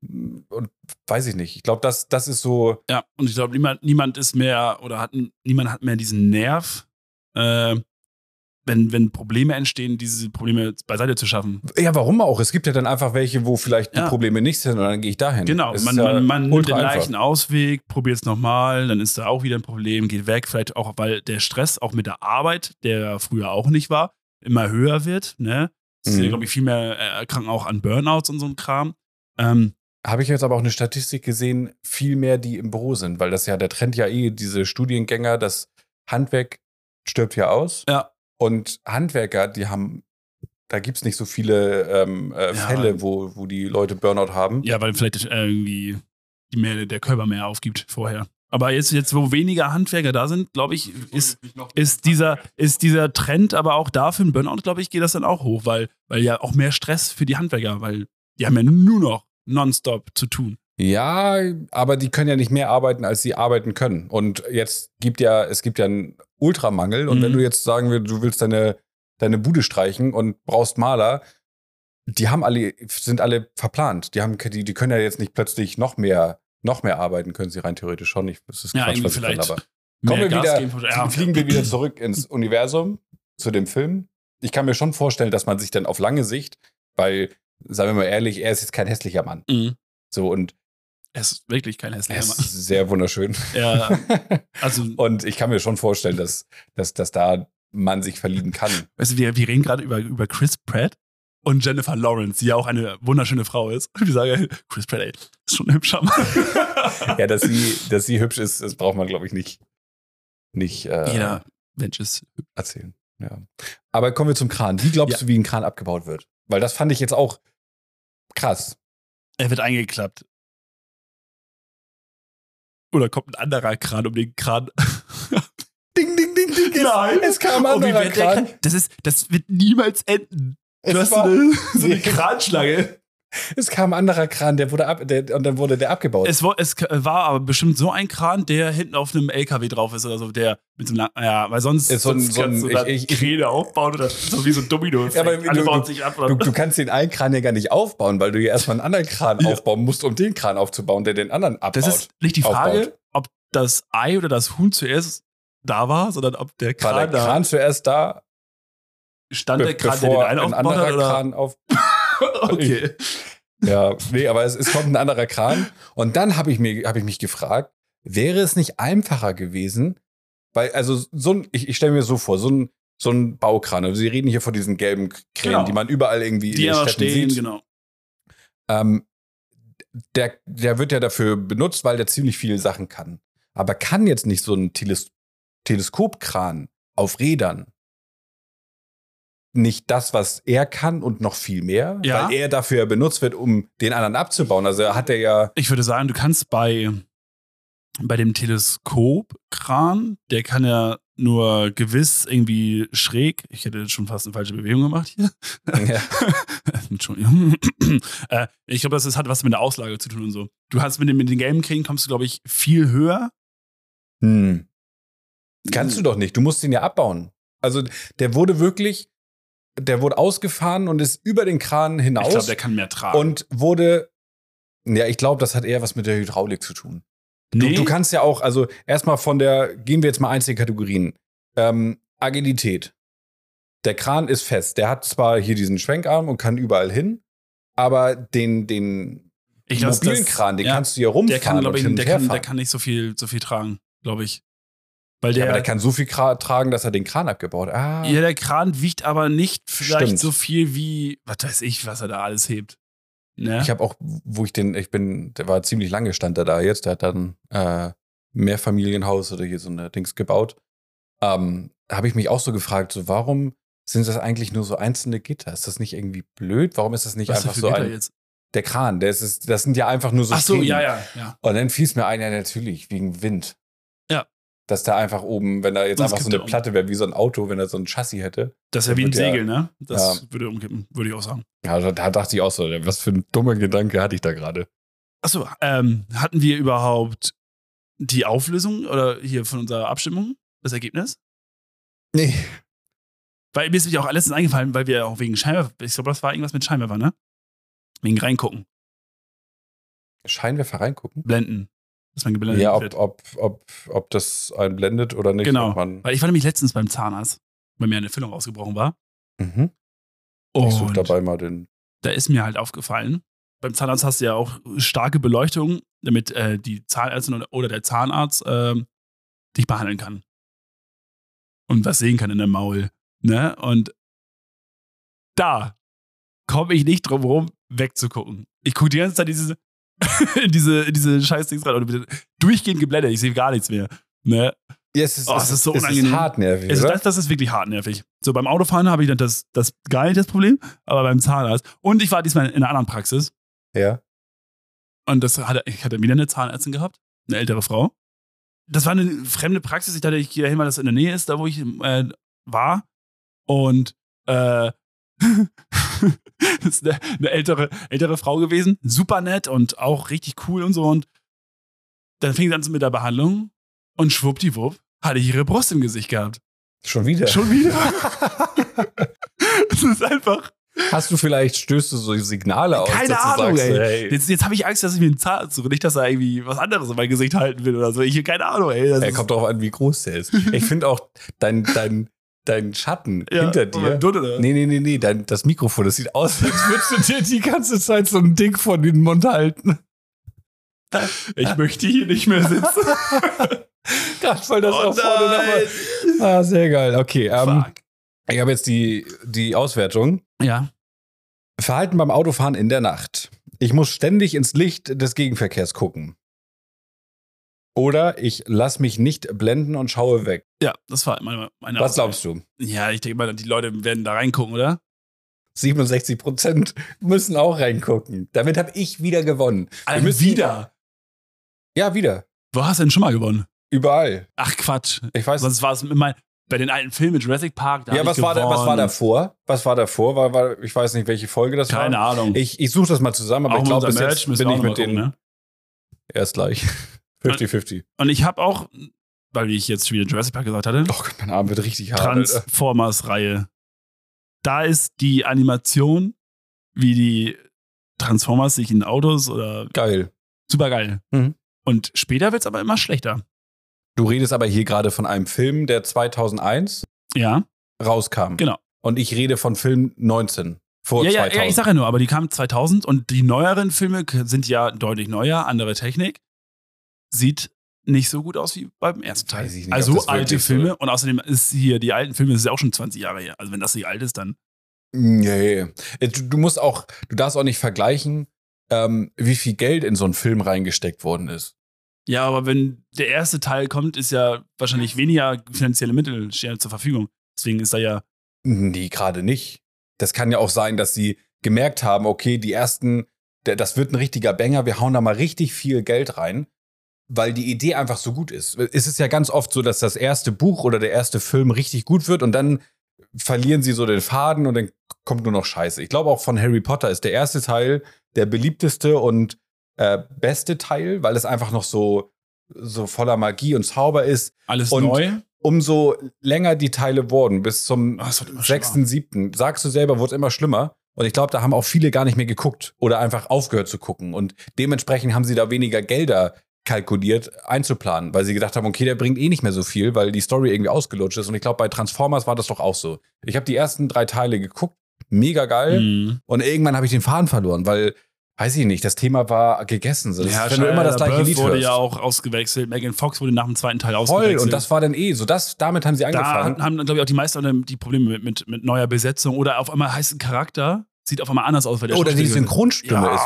Und weiß ich nicht. Ich glaube, das, das ist so. Ja, und ich glaube, niemand, niemand ist mehr oder hat niemand hat mehr diesen Nerv, äh, wenn, wenn Probleme entstehen, diese Probleme beiseite zu schaffen. Ja, warum auch? Es gibt ja dann einfach welche, wo vielleicht die Ja. Probleme nicht sind und dann gehe ich dahin. Genau, Es man, ist ja man, man nimmt ultra den einfach. leichten Ausweg, probiert es nochmal, dann ist da auch wieder ein Problem, geht weg, vielleicht auch, weil der Stress auch mit der Arbeit, der früher auch nicht war, immer höher wird. Ne? Es Mhm. sind, glaube ich, viel mehr äh, erkranken auch an Burnouts und so ein Kram. Ähm, Habe ich jetzt aber auch eine Statistik gesehen, viel mehr, die im Büro sind, weil das ja der Trend ja eh, diese Studiengänger, das Handwerk stirbt ja aus. Ja. Und Handwerker, die haben, da gibt es nicht so viele ähm, äh, Ja. Fälle, wo, wo die Leute Burnout haben. Ja, weil vielleicht irgendwie die mehr, der Körper mehr aufgibt vorher. Aber jetzt, jetzt wo weniger Handwerker da sind, glaube ich, ist, ist, dieser, ist dieser Trend aber auch dafür ein Burnout, glaube ich, geht das dann auch hoch, weil, weil ja auch mehr Stress für die Handwerker, weil die haben ja nur noch nonstop zu tun. Ja, aber die können ja nicht mehr arbeiten, als sie arbeiten können. Und jetzt gibt ja, es gibt ja einen Ultramangel. Und Mhm. wenn du jetzt sagen willst, du willst deine, deine Bude streichen und brauchst Maler, die haben alle, sind alle verplant. Die haben, die, die können ja jetzt nicht plötzlich noch mehr, noch mehr arbeiten, können sie rein theoretisch schon nicht. Das ist Ja, Quatsch, irgendwie was ich vielleicht kann, aber kommen wir mehr Gas wieder, geben. Ja. fliegen wir wieder zurück ins Universum zu dem Film. Ich kann mir schon vorstellen, dass man sich dann auf lange Sicht, weil, sagen wir mal ehrlich, er ist jetzt kein hässlicher Mann. Mhm. So, und Er ist wirklich kein er hässlicher ist Mann. sehr wunderschön. Ja, also, Und ich kann mir schon vorstellen, dass, dass, dass da man sich verlieben kann. weißt du, wir, wir reden gerade über, über Chris Pratt und Jennifer Lawrence, die ja auch eine wunderschöne Frau ist. Und ich sage, Chris Pratt, ey, ist schon ein hübscher Mann. Ja, dass sie, dass sie hübsch ist, das braucht man, glaube ich, nicht, nicht äh, Jeder Mensch ist erzählen. Ja. Aber kommen wir zum Kran. Wie glaubst Ja. du, wie ein Kran abgebaut wird? Weil das fand ich jetzt auch krass. Er wird eingeklappt. Oder kommt ein anderer Kran um den Kran. Ding, ding, ding, ding. Nein. Es kam ein Oh, wie anderer wird der Kran. Kran- Das, ist, das wird niemals enden. Du Es hast war- so eine, so eine Nee. Kranschlange. Es kam ein anderer Kran, der wurde ab, der, und dann wurde der abgebaut. Es war, es war aber bestimmt so ein Kran, der hinten auf einem L K W drauf ist oder so, der mit so einem, lang- ja, weil sonst, Ist so ein- sonst so ein- kannst du da ich- ich- Kräne aufbauen oder so wie so ein Domino. Ja, aber Alle du- bauen du- sich ab. Du, du kannst den einen Kran ja gar nicht aufbauen, weil du ja erstmal einen anderen Kran Ja. aufbauen musst, um den Kran aufzubauen, der den anderen abbaut. Das ist nicht die Frage, aufbaut. ob das Ei oder das Huhn zuerst da war, sondern ob der Kran, War der Kran zuerst da, da stand, der be- Kran, der den bevor einen ein aufgebaut anderer hat? Oder? Kran auf. Okay. Ja, nee, aber es, es kommt ein anderer Kran. Und dann habe ich, mir- hab ich mich gefragt, wäre es nicht einfacher gewesen, weil, also, so ein, ich, ich stelle mir so vor, so ein, so ein Baukran, also Sie reden hier von diesen gelben Kränen, Genau. die man überall irgendwie Die in den aber Städten stehen, sieht. genau. Ähm, der, der wird ja dafür benutzt, weil der ziemlich viele Sachen kann. Aber kann jetzt nicht so ein Teles Teleskopkran auf Rädern nicht das, was er kann und noch viel mehr? Ja. Weil er dafür benutzt wird, um den anderen abzubauen. Also hat er ja. Ich würde sagen, du kannst bei, bei dem Teleskopkran, der kann ja nur gewiss irgendwie schräg, ich hätte jetzt schon fast eine falsche Bewegung gemacht hier. ja. Entschuldigung. äh, ich glaube, das ist, hat was mit der Auslage zu tun und so. Du hast mit, dem, mit den gelben Kränen kommst du, glaube ich, viel höher. Hm. Kannst du doch nicht. Du musst ihn ja abbauen. Also der wurde wirklich, der wurde ausgefahren und ist über den Kran hinaus. Ich glaube, der kann mehr tragen. und wurde, ja, ich glaube, das hat eher was mit der Hydraulik zu tun. nee, Du, du kannst ja auch, also erstmal von der, gehen wir jetzt mal einzelne Kategorien. Ähm, Agilität. Der Kran ist fest. Der hat zwar hier diesen Schwenkarm und kann überall hin, aber den, den ich glaub, mobilen das- Kran, den ja, kannst du hier rumfahren der kann, glaube und ich, hin und der her kann, der fahren. kann nicht so viel, so viel tragen, glaube ich. Weil Ja, der, aber der kann so viel Kra tragen, dass er den Kran abgebaut hat. Ah. ja, der Kran wiegt aber nicht vielleicht Stimmt. so viel wie, was weiß ich, was er da alles hebt. Ne? Ich habe auch, wo ich den, ich bin, der war ziemlich lange, stand er da jetzt, der hat dann äh, Mehrfamilienhaus oder hier so eine Dings gebaut. ähm, habe ich mich auch so gefragt, so warum sind das eigentlich nur so einzelne Gitter? Ist das nicht irgendwie blöd? Warum ist das nicht Was einfach für so Gitter ein jetzt? der Kran? Der ist, ist, das sind ja einfach nur so Ach so, Streben. ja, ja, ja. Und dann fiel es mir ein, ja natürlich, wegen Wind. Ja. Dass da einfach oben, wenn da jetzt Sonst einfach so kippt eine er um. Platte wäre, wie so ein Auto, wenn er so ein Chassis hätte. Das ist ja Der wie ein wird ja- Segel, ne? Das Ja. würde umkippen, würde ich auch sagen. Ja, da, da dachte ich auch so, was für ein dummer Gedanke hatte ich da gerade. Achso, ähm, hatten wir überhaupt die Auflösung oder hier von unserer Abstimmung, das Ergebnis? Nee. Weil mir ist nämlich auch letztens eingefallen, weil wir auch wegen Scheinwerfer, ich glaube, das war irgendwas mit Scheinwerfer, ne? Wegen reingucken, Scheinwerfer reingucken? blenden, dass man geblendet Ja, ob, wird. ob, ob, ob das einen blendet oder nicht. Genau, Ob man, weil ich war nämlich letztens beim Zahnarzt, weil mir eine Füllung rausgebrochen war. mhm. Ich suche Und dabei mal den. da ist mir halt aufgefallen, beim Zahnarzt hast du ja auch starke Beleuchtung, damit äh, die Zahnärztin oder, oder der Zahnarzt ähm, dich behandeln kann. Und was sehen kann in der Maul. Ne? Und da komme ich nicht drum rum, wegzugucken. Ich gucke die ganze Zeit diese, diese, diese Scheißdings rein und bin durchgehend geblendet. Ich sehe gar nichts mehr. Ne? Ja, es ist, Oh, es es ist so es unangenehm. ist hartnervig, Also oder? das, das ist wirklich hartnervig. So, beim Autofahren habe ich dann das, das gar nicht das Problem, aber beim Zahnarzt. Und ich war diesmal in einer anderen Praxis Ja. und das hatte, ich hatte wieder eine Zahnärztin gehabt, eine ältere Frau. Das war eine fremde Praxis. Ich dachte, ich gehe dahin, weil das in der Nähe ist, da wo ich äh, war. Und äh, das ist eine, eine ältere, ältere Frau gewesen, super nett und auch richtig cool und so. Und dann fing sie an mit der Behandlung und schwuppdiwupp hatte ich ihre Brust im Gesicht gehabt. Schon wieder. Schon wieder. Es ist einfach. Hast du vielleicht, stößt du so Signale aus? Keine dass du Ahnung, sagst, ey. hey. Jetzt, jetzt habe ich Angst, dass ich mir einen Zahnarzt suche. Nicht, dass er irgendwie was anderes in mein Gesicht halten will oder so. Ich keine Ahnung, ey. Das Er ist- kommt drauf an, wie groß der ist. Ich finde auch dein, dein, dein Schatten Ja, hinter aber dir. dutt, oder? Nee, nee, nee, nee. Dein, das Mikrofon, das sieht aus, als würdest du dir die ganze Zeit so ein Ding vor den Mund halten. Ich möchte hier nicht mehr sitzen. Gerade weil das Oh auch vorne nein. nochmal. Ah, sehr geil. Okay, ähm, Fuck. ich habe jetzt die, die Auswertung. Ja. Verhalten beim Autofahren in der Nacht. Ich muss ständig ins Licht des Gegenverkehrs gucken. Oder ich lasse mich nicht blenden und schaue weg. Ja, das war meine, meine Was glaubst du? Ja, ich denke mal, die Leute werden da reingucken, oder? siebenundsechzig Prozent müssen auch reingucken. Damit habe ich wieder gewonnen. Alter, müssen- wieder. Ja, wieder. Wo hast du denn schon mal gewonnen? Überall. Ach, Quatsch. Ich weiß. Sonst war es mit mein, bei den alten Filmen Jurassic Park. Da ja, hab was ich war, da, was war gewonnen. davor? Was war davor? War, war, ich weiß nicht, welche Folge das Keine war. Ahnung. Ich, ich suche das mal zusammen, aber Auch ich mit glaube, bis unserem jetzt Merch müssen bin wir ich auch noch mit mal denen gucken, ne? erst gleich. fünfzig fünfzig. Und ich habe auch, weil ich jetzt schon wieder Jurassic Park gesagt hatte, Oh Gott, mein Arm wird richtig hart. Alter. Transformers-Reihe. Da ist die Animation, wie die Transformers sich in Autos oder Geil. super geil. Mhm. Und später wird es aber immer schlechter. Du redest aber hier gerade von einem Film, der zweitausendeins Ja, rauskam. genau. Und ich rede von Film neunzehn. Vor Ja, ja, zweitausend. ja, ich sage ja nur, aber die kamen zweitausend und die neueren Filme k- sind ja deutlich neuer, andere Technik. Sieht nicht so gut aus wie beim ersten Teil. Weiß ich nicht, ob also das alte wirklich so- Filme und außerdem ist hier die alten Filme, das ist ja auch schon zwanzig Jahre her. Also wenn das nicht alt ist, dann. Nee. Du, du musst auch, du darfst auch nicht vergleichen, ähm, wie viel Geld in so einen Film reingesteckt worden ist. Ja, aber wenn der erste Teil kommt, ist ja wahrscheinlich weniger finanzielle Mittel stehen zur Verfügung. Deswegen ist da ja. Nee, gerade nicht. Das kann ja auch sein, dass sie gemerkt haben, okay, die ersten, der, das wird ein richtiger Banger, wir hauen da mal richtig viel Geld rein, weil die Idee einfach so gut ist. Es ist ja ganz oft so, dass das erste Buch oder der erste Film richtig gut wird und dann verlieren sie so den Faden und dann kommt nur noch Scheiße. Ich glaube auch von Harry Potter ist der erste Teil der beliebteste und äh, beste Teil, weil es einfach noch so, so voller Magie und Zauber ist. Alles Und neu. Umso länger die Teile wurden, bis zum Ah, es wird immer sechsten, siebten, sagst du selber, wurde es immer schlimmer. Und ich glaube, da haben auch viele gar nicht mehr geguckt oder einfach aufgehört zu gucken. Und dementsprechend haben sie da weniger Gelder kalkuliert, einzuplanen, weil sie gedacht haben, okay, der bringt eh nicht mehr so viel, weil die Story irgendwie ausgelutscht ist. Und ich glaube, bei Transformers war das doch auch so. Ich habe die ersten drei Teile geguckt, mega geil. Mhm. Und irgendwann habe ich den Faden verloren, weil, weiß ich nicht, das Thema war gegessen. So. Das Ja, ist, wenn du immer das Shia gleiche LaBeouf Lied wurde hörst. ja auch ausgewechselt. Megan Fox wurde nach dem zweiten Teil Voll, ausgewechselt. und das war dann eh so. Das, damit haben sie da angefangen. haben, glaube ich, auch die meisten die Probleme mit, mit, mit neuer Besetzung oder auf einmal heißt ein Charakter, sieht auf einmal anders aus, weil der Oder die Schauspieler- Synchronstimme Ja, ist weg.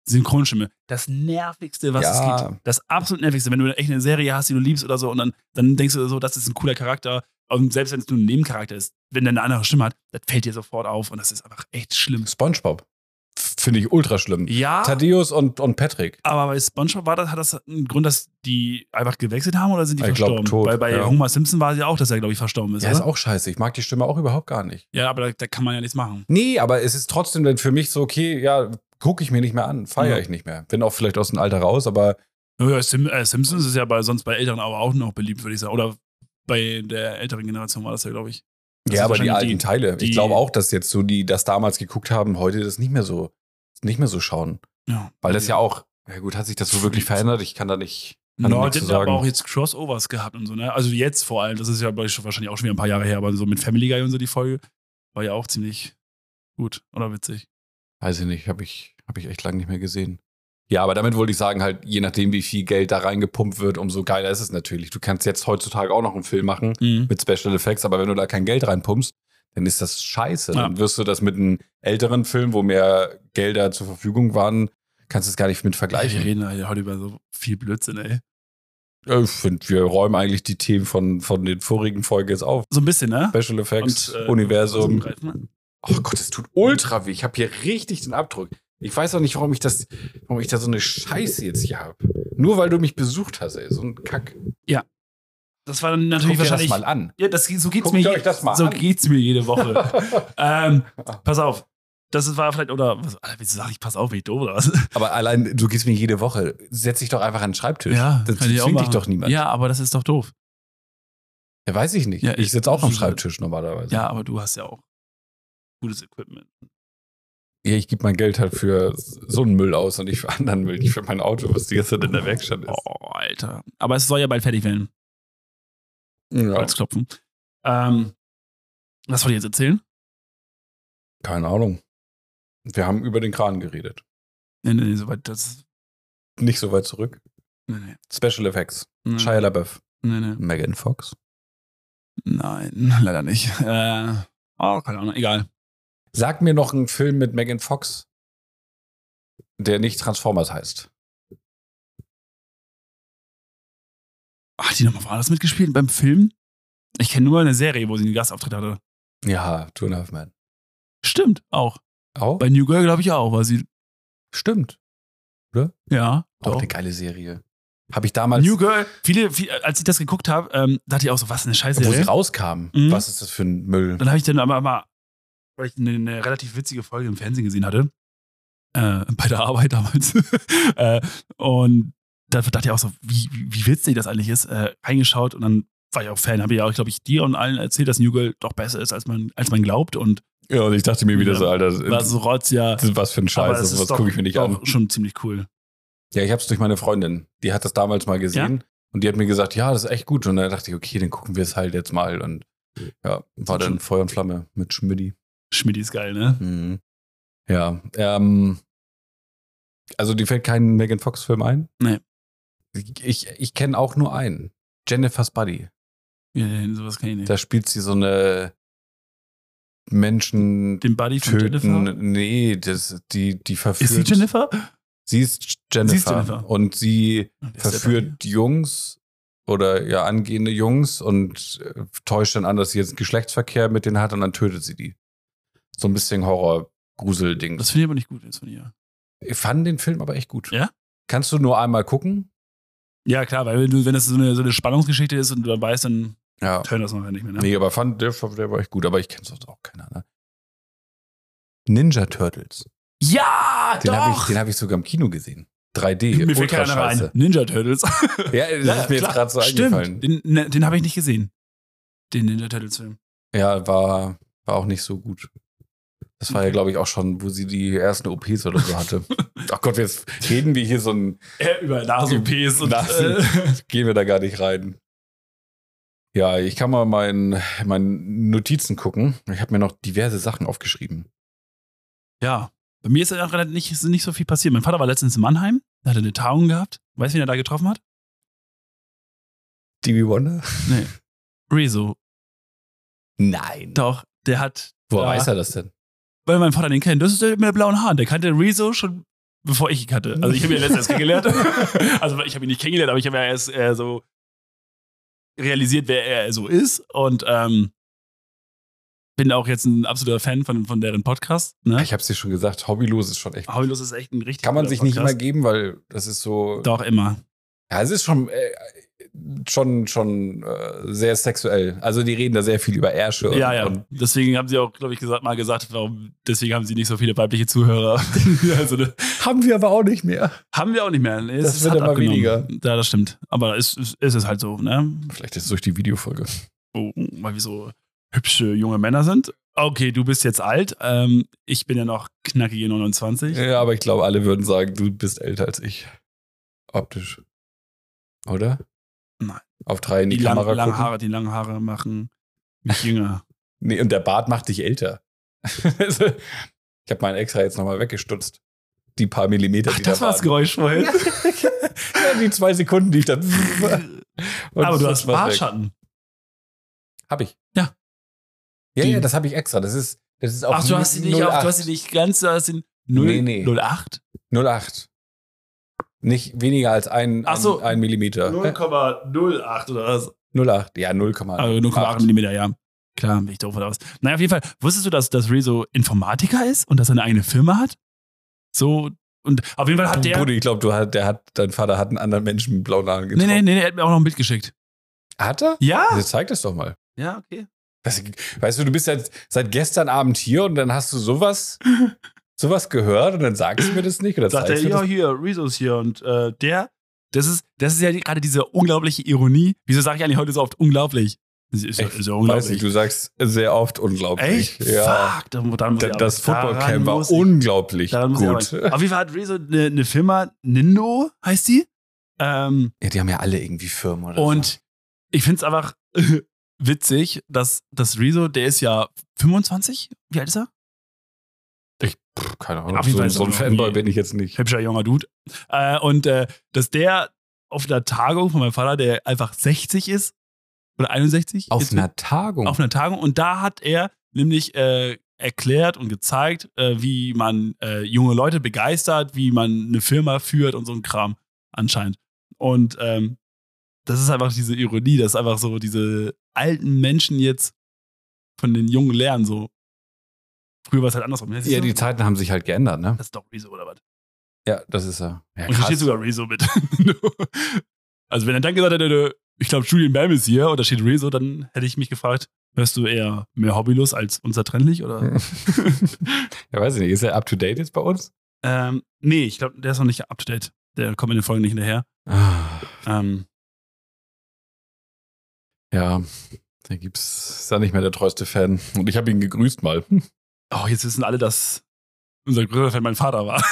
Synchronstimme. Das Nervigste, was Ja. es gibt. Das absolut Nervigste. Wenn du echt eine Serie hast, die du liebst oder so, und dann, dann denkst du so, das ist ein cooler Charakter. Und selbst wenn es nur ein Nebencharakter ist, wenn der eine andere Stimme hat, das fällt dir sofort auf. Und das ist einfach echt schlimm. SpongeBob. Finde ich ultra schlimm. Ja. Thaddeus und, und Patrick. Aber bei SpongeBob war das, hat das einen Grund, dass die einfach gewechselt haben oder sind die Ich glaub, verstorben? tot, Weil bei ja. Homer Simpson war es ja auch, dass er, glaube ich, verstorben ist. Ja, oder? ist auch scheiße. Ich mag die Stimme auch überhaupt gar nicht. Ja, aber da, da kann man ja nichts machen. Nee, aber es ist trotzdem dann für mich so, okay, ja, gucke ich mir nicht mehr an, feiere Ja. ich nicht mehr. Bin auch vielleicht aus dem Alter raus, aber Ja, ja, Sim, äh, Simpsons ist ja bei, sonst bei Älteren aber auch noch beliebt, würde ich sagen. Oder bei der älteren Generation war das ja, glaube ich. Das ja, ist aber die wahrscheinlich alten Teile. die- ich glaube auch, dass jetzt so die das damals geguckt haben, heute das nicht mehr so nicht mehr so schauen, Ja. weil das ja auch, ja gut, hat sich das so wirklich verändert? Ich kann da nicht, kann No, nichts die zu haben aber sagen. auch jetzt Crossovers gehabt und so, ne? Also jetzt vor allem, das ist ja bei- wahrscheinlich auch schon wieder ein paar Jahre her, aber so mit Family Guy und so die Folge war ja auch ziemlich gut oder witzig. Weiß ich nicht, habe ich habe ich echt lange nicht mehr gesehen. Ja, aber damit wollte ich sagen, halt, je nachdem, wie viel Geld da reingepumpt wird, umso geiler ist es natürlich. Du kannst jetzt heutzutage auch noch einen Film machen Mhm. mit Special Effects, aber wenn du da kein Geld reinpumpst, dann ist das scheiße. Ja. Dann wirst du das mit einem älteren Film, wo mehr Gelder zur Verfügung waren, kannst du es gar nicht mit Wir vergleichen. reden halt heute über so viel Blödsinn, ey. Ja, ich finde, wir räumen eigentlich die Themen von, von den vorigen Folgen jetzt auf. So ein bisschen, ne? Special Effects, Und, äh, Universum. zugreifen. Oh Gott, es tut ultra weh. Ich habe hier richtig den Abdruck. Ich weiß auch nicht, warum ich das, warum ich da so eine Scheiße jetzt hier habe. Nur weil du mich besucht hast, ey. So ein Kack. Das war dann natürlich Guck dir das wahrscheinlich. mal an. Ja, das, so geht's Guckt mir, euch je- das mal so an. geht's mir jede Woche. ähm, pass auf. Das war vielleicht, oder, was, Alter, wieso sag ich, pass auf, bin ich doof oder was? Aber allein, du gehst mir jede Woche. Setz dich doch einfach an den Schreibtisch. das kann ich auch zwingt dich machen. doch niemand. Ja, aber das ist doch doof. Ja, weiß ich nicht. Ja, ich sitze auch am ich- Schreibtisch normalerweise. Ja, aber du hast ja auch gutes Equipment. Ja, ich gebe mein Geld halt für so einen Müll aus und nicht für anderen Müll, nicht für mein Auto, was die ganze Zeit in der Werkstatt ist. Oh, Alter. Aber es soll ja bald fertig werden. Ja, Als Klopfen. Ähm, was wollt ihr jetzt erzählen? keine Ahnung. Wir haben über den Kran geredet. Nee, nee, nee, soweit das. Nicht so weit zurück. Nee, nee. Special Effects. Nee, Shia LaBeouf. nee, nee. Megan Fox. Nein, leider nicht. Äh, oh, keine Ahnung, egal. Sag mir noch einen Film mit Megan Fox, der nicht Transformers heißt. Hat die nochmal woanders mitgespielt beim Film? Ich kenne nur eine Serie, wo sie einen Gastauftritt hatte. Ja, Two and a Half Men. Stimmt, auch. Auch? Bei New Girl glaube ich auch, weil sie. Stimmt. Ja, Auch doch. eine geile Serie. Habe ich damals, New Girl, viele, viele, als ich das geguckt habe, ähm, dachte ich auch so, was eine scheiße wo sie Serie. rauskam, Mhm. was ist das für ein Müll? Dann habe ich dann aber mal, weil ich eine, eine relativ witzige Folge im Fernsehen gesehen hatte, äh, bei der Arbeit damals. äh, und da dachte ich auch so, wie, wie witzig das eigentlich ist, äh, reingeschaut und dann war ich auch Fan. Habe ich ja auch, glaube ich, dir und allen erzählt, dass New Girl doch besser ist, als man, als man glaubt. Und Ja, und ich dachte mir wieder Ja, so, Alter, war so Rotz, ja. das ist was für ein Aber Scheiß, es das, ist was doch- gucke ich mir nicht doch an. schon ziemlich cool. Ja, ich habe es durch meine Freundin. Die hat das damals mal gesehen und die hat mir gesagt, ja, das ist echt gut. Und dann dachte ich, okay, dann gucken wir es halt jetzt mal. Und ja, war dann Feuer und Flamme mit Schmidti. Schmidti ist geil, ne? Mhm. Ja, ähm, also dir fällt kein Megan Fox-Film ein? Nee. Ich, ich kenne auch nur einen. Jennifer's Buddy. Ja, sowas kann ich nicht. Da spielt sie so eine Menschen Den Buddy von töten. Jennifer? Nee, das, die, die verführt. Ist sie Jennifer? Sie ist Jennifer. Sie ist Jennifer. Und sie Wer ist der verführt Jungs oder ja angehende Jungs und äh, täuscht dann an, dass sie jetzt Geschlechtsverkehr mit denen hat und dann tötet sie die. So ein bisschen Horror-Grusel-Ding. Das finde ich aber nicht gut jetzt von ihr. Ich fand den Film aber echt gut. Ja? Kannst du nur einmal gucken? Ja, klar, weil wenn, du, wenn das so eine, so eine Spannungsgeschichte ist und du dann weißt, dann Ja. hören das nachher nicht mehr. Ne? Nee, aber fand, der, der war echt gut, aber ich kenne sonst auch keiner. Ne? Ninja Turtles. Ja, Den habe ich, doch! den hab ich sogar im Kino gesehen. drei D. Mir fällt ultra keiner rein. scheiße. Ninja Turtles. Ja, das ist mir jetzt gerade so eingefallen. Stimmt, den, ne, den habe ich nicht gesehen. Den Ninja Turtles-Film. Ja, war, war auch nicht so gut. Das war ja, glaube ich, auch schon, wo sie die ersten O Ps oder so hatte. Ach Gott, jetzt reden wir hier so ein. Äh, über Nasen-O Ps und. Nasen. Äh, Gehen wir da gar nicht rein. Ja, ich kann mal meinen mein Notizen gucken. Ich habe mir noch diverse Sachen aufgeschrieben. ja. Bei mir ist ja auch relativ nicht, ist nicht so viel passiert. Mein Vater war letztens in Mannheim, da hat er eine Tagung gehabt. Weißt du, wen er da getroffen hat? Stevie Wonder? Nee. Rezo. Nein. Doch, der hat. Woher da, weiß er das denn? Weil mein Vater den kennt. Das ist der mit der blauen Haaren. Der kannte Rezo schon bevor ich ihn kannte. Also ich habe ihn ja letztens kennengelernt. Also ich habe ihn nicht kennengelernt, aber ich habe ja erst äh, so realisiert, wer er so ist. Und ähm, bin auch jetzt ein absoluter Fan von, von deren Podcast. Ne? Ich hab's dir schon gesagt, Hobbylos ist schon echt. Hobbylos ist echt ein richtig Kann man sich Podcast. nicht immer geben, weil das ist so. Doch, immer. Ja, es ist schon, äh, schon, schon äh, sehr sexuell. Also die reden da sehr viel über Ärsche. Und, Ja, ja. Und deswegen haben sie auch, glaube ich, gesagt, mal gesagt, warum, deswegen haben sie nicht so viele weibliche Zuhörer. Also, ne, haben wir aber auch nicht mehr. haben wir auch nicht mehr. Nee, Das es wird hat immer abgenommen. weniger. Ja, das stimmt. Aber es, es, es ist halt so, ne? Vielleicht ist es durch die Videofolge. Oh, weil wir so hübsche junge Männer sind. Okay, du bist jetzt alt. Ähm, ich bin ja noch knackige neunundzwanzig. Ja, aber ich glaube, alle würden sagen, du bist älter als ich. Optisch. Oder? Nein. Auf drei in die, Die lang, Kamera langen gucken. Haare, die langen Haare machen mich jünger. Nee, und der Bart macht dich älter. Also, ich habe meinen extra jetzt nochmal weggestutzt. Die paar Millimeter, Ach, die das da war das waren. Geräusch vorhin. Ja, die zwei Sekunden, die ich dann. Und Aber du das hast war's weg. Bartschatten. Hab ich. Ja. Ja, Die- ja, das habe ich extra. Das ist, das ist auf Ach, du hast sie nicht, auf, du hast sie nicht ganz, du hast den null, Nee, nee. null Komma acht? null Komma acht. Nicht weniger als ein, Ach so. ein, ein Millimeter. null Komma null acht oder was? null Komma acht. Ja, null Komma acht. Also null Komma acht Millimeter, ja. Klar, bin ich doof oder was. Naja, auf jeden Fall. Wusstest du, dass, dass Rezo Informatiker ist und dass er eine eigene Firma hat? So, und auf jeden Fall hat der. Bruder, ich glaube, du hat, der hat, dein Vater hat einen anderen Menschen mit blauen Haaren Nee, getroffen. nee, nee, er hat mir auch noch ein Bild geschickt. Hat er? Ja? Also zeig das doch mal. Ja, okay. Weißt, weißt du, du bist seit, seit gestern Abend hier und dann hast du sowas, sowas gehört und dann sagst du mir das nicht oder Sagt er, zeigst du ja, das? hier, Rezo ist hier und äh, der, das ist, das ist ja die- gerade diese unglaubliche Ironie. Wieso sage ich eigentlich heute so oft unglaublich? Das ist, ja- Ich ist ja weiß unglaublich. nicht, du sagst sehr oft unglaublich. Echt? Ja. Fuck, dann, dann muss Da- ich Das aber- daran Footballcamp war muss ich- unglaublich daran muss ich gut. arbeiten. Auf jeden Fall hat Rezo eine, eine Firma, Nindo heißt die. Ähm, Ja, die haben ja alle irgendwie Firmen oder und ich finde es einfach witzig, dass, dass Rezo, der ist ja fünfundzwanzig. Wie alt ist er? so. Ich, pff, keine Ahnung, Auf jeden so, Fall so ein so Fanboy irgendwie- bin ich jetzt nicht. Hübscher junger Dude. Äh, und äh, dass der auf einer Tagung von meinem Vater, der einfach sechzig ist, oder einundsechzig? Auf jetzt einer Tagung? auf einer Tagung. Und da hat er nämlich äh, erklärt und gezeigt, äh, wie man äh, junge Leute begeistert, wie man eine Firma führt und so ein Kram anscheinend. Und ähm, das ist einfach diese Ironie, dass einfach so diese alten Menschen jetzt von den Jungen lernen. So. Früher war es halt andersrum. ja, die Zeiten haben sich halt geändert, ne? Das ist doch Rezo oder was? Ja, das ist er. Ja, Und hier steht sogar Rezo mit. Also wenn er dann gesagt hätte, ich glaube, Julian Bam ist hier und da steht Rezo, dann hätte ich mich gefragt, hörst du eher mehr Hobbylos als unzertrennlich? Oder? ja, weiß ich nicht. Ist er up to date jetzt bei uns? ähm, nee, ich glaube, der ist noch nicht up to date. Der kommt in den Folgen nicht hinterher. Ah, Ähm, ja, da gibt's, ist er nicht mehr der treueste Fan. Und ich habe ihn gegrüßt mal. oh, jetzt wissen alle, dass unser größter Fan mein Vater war.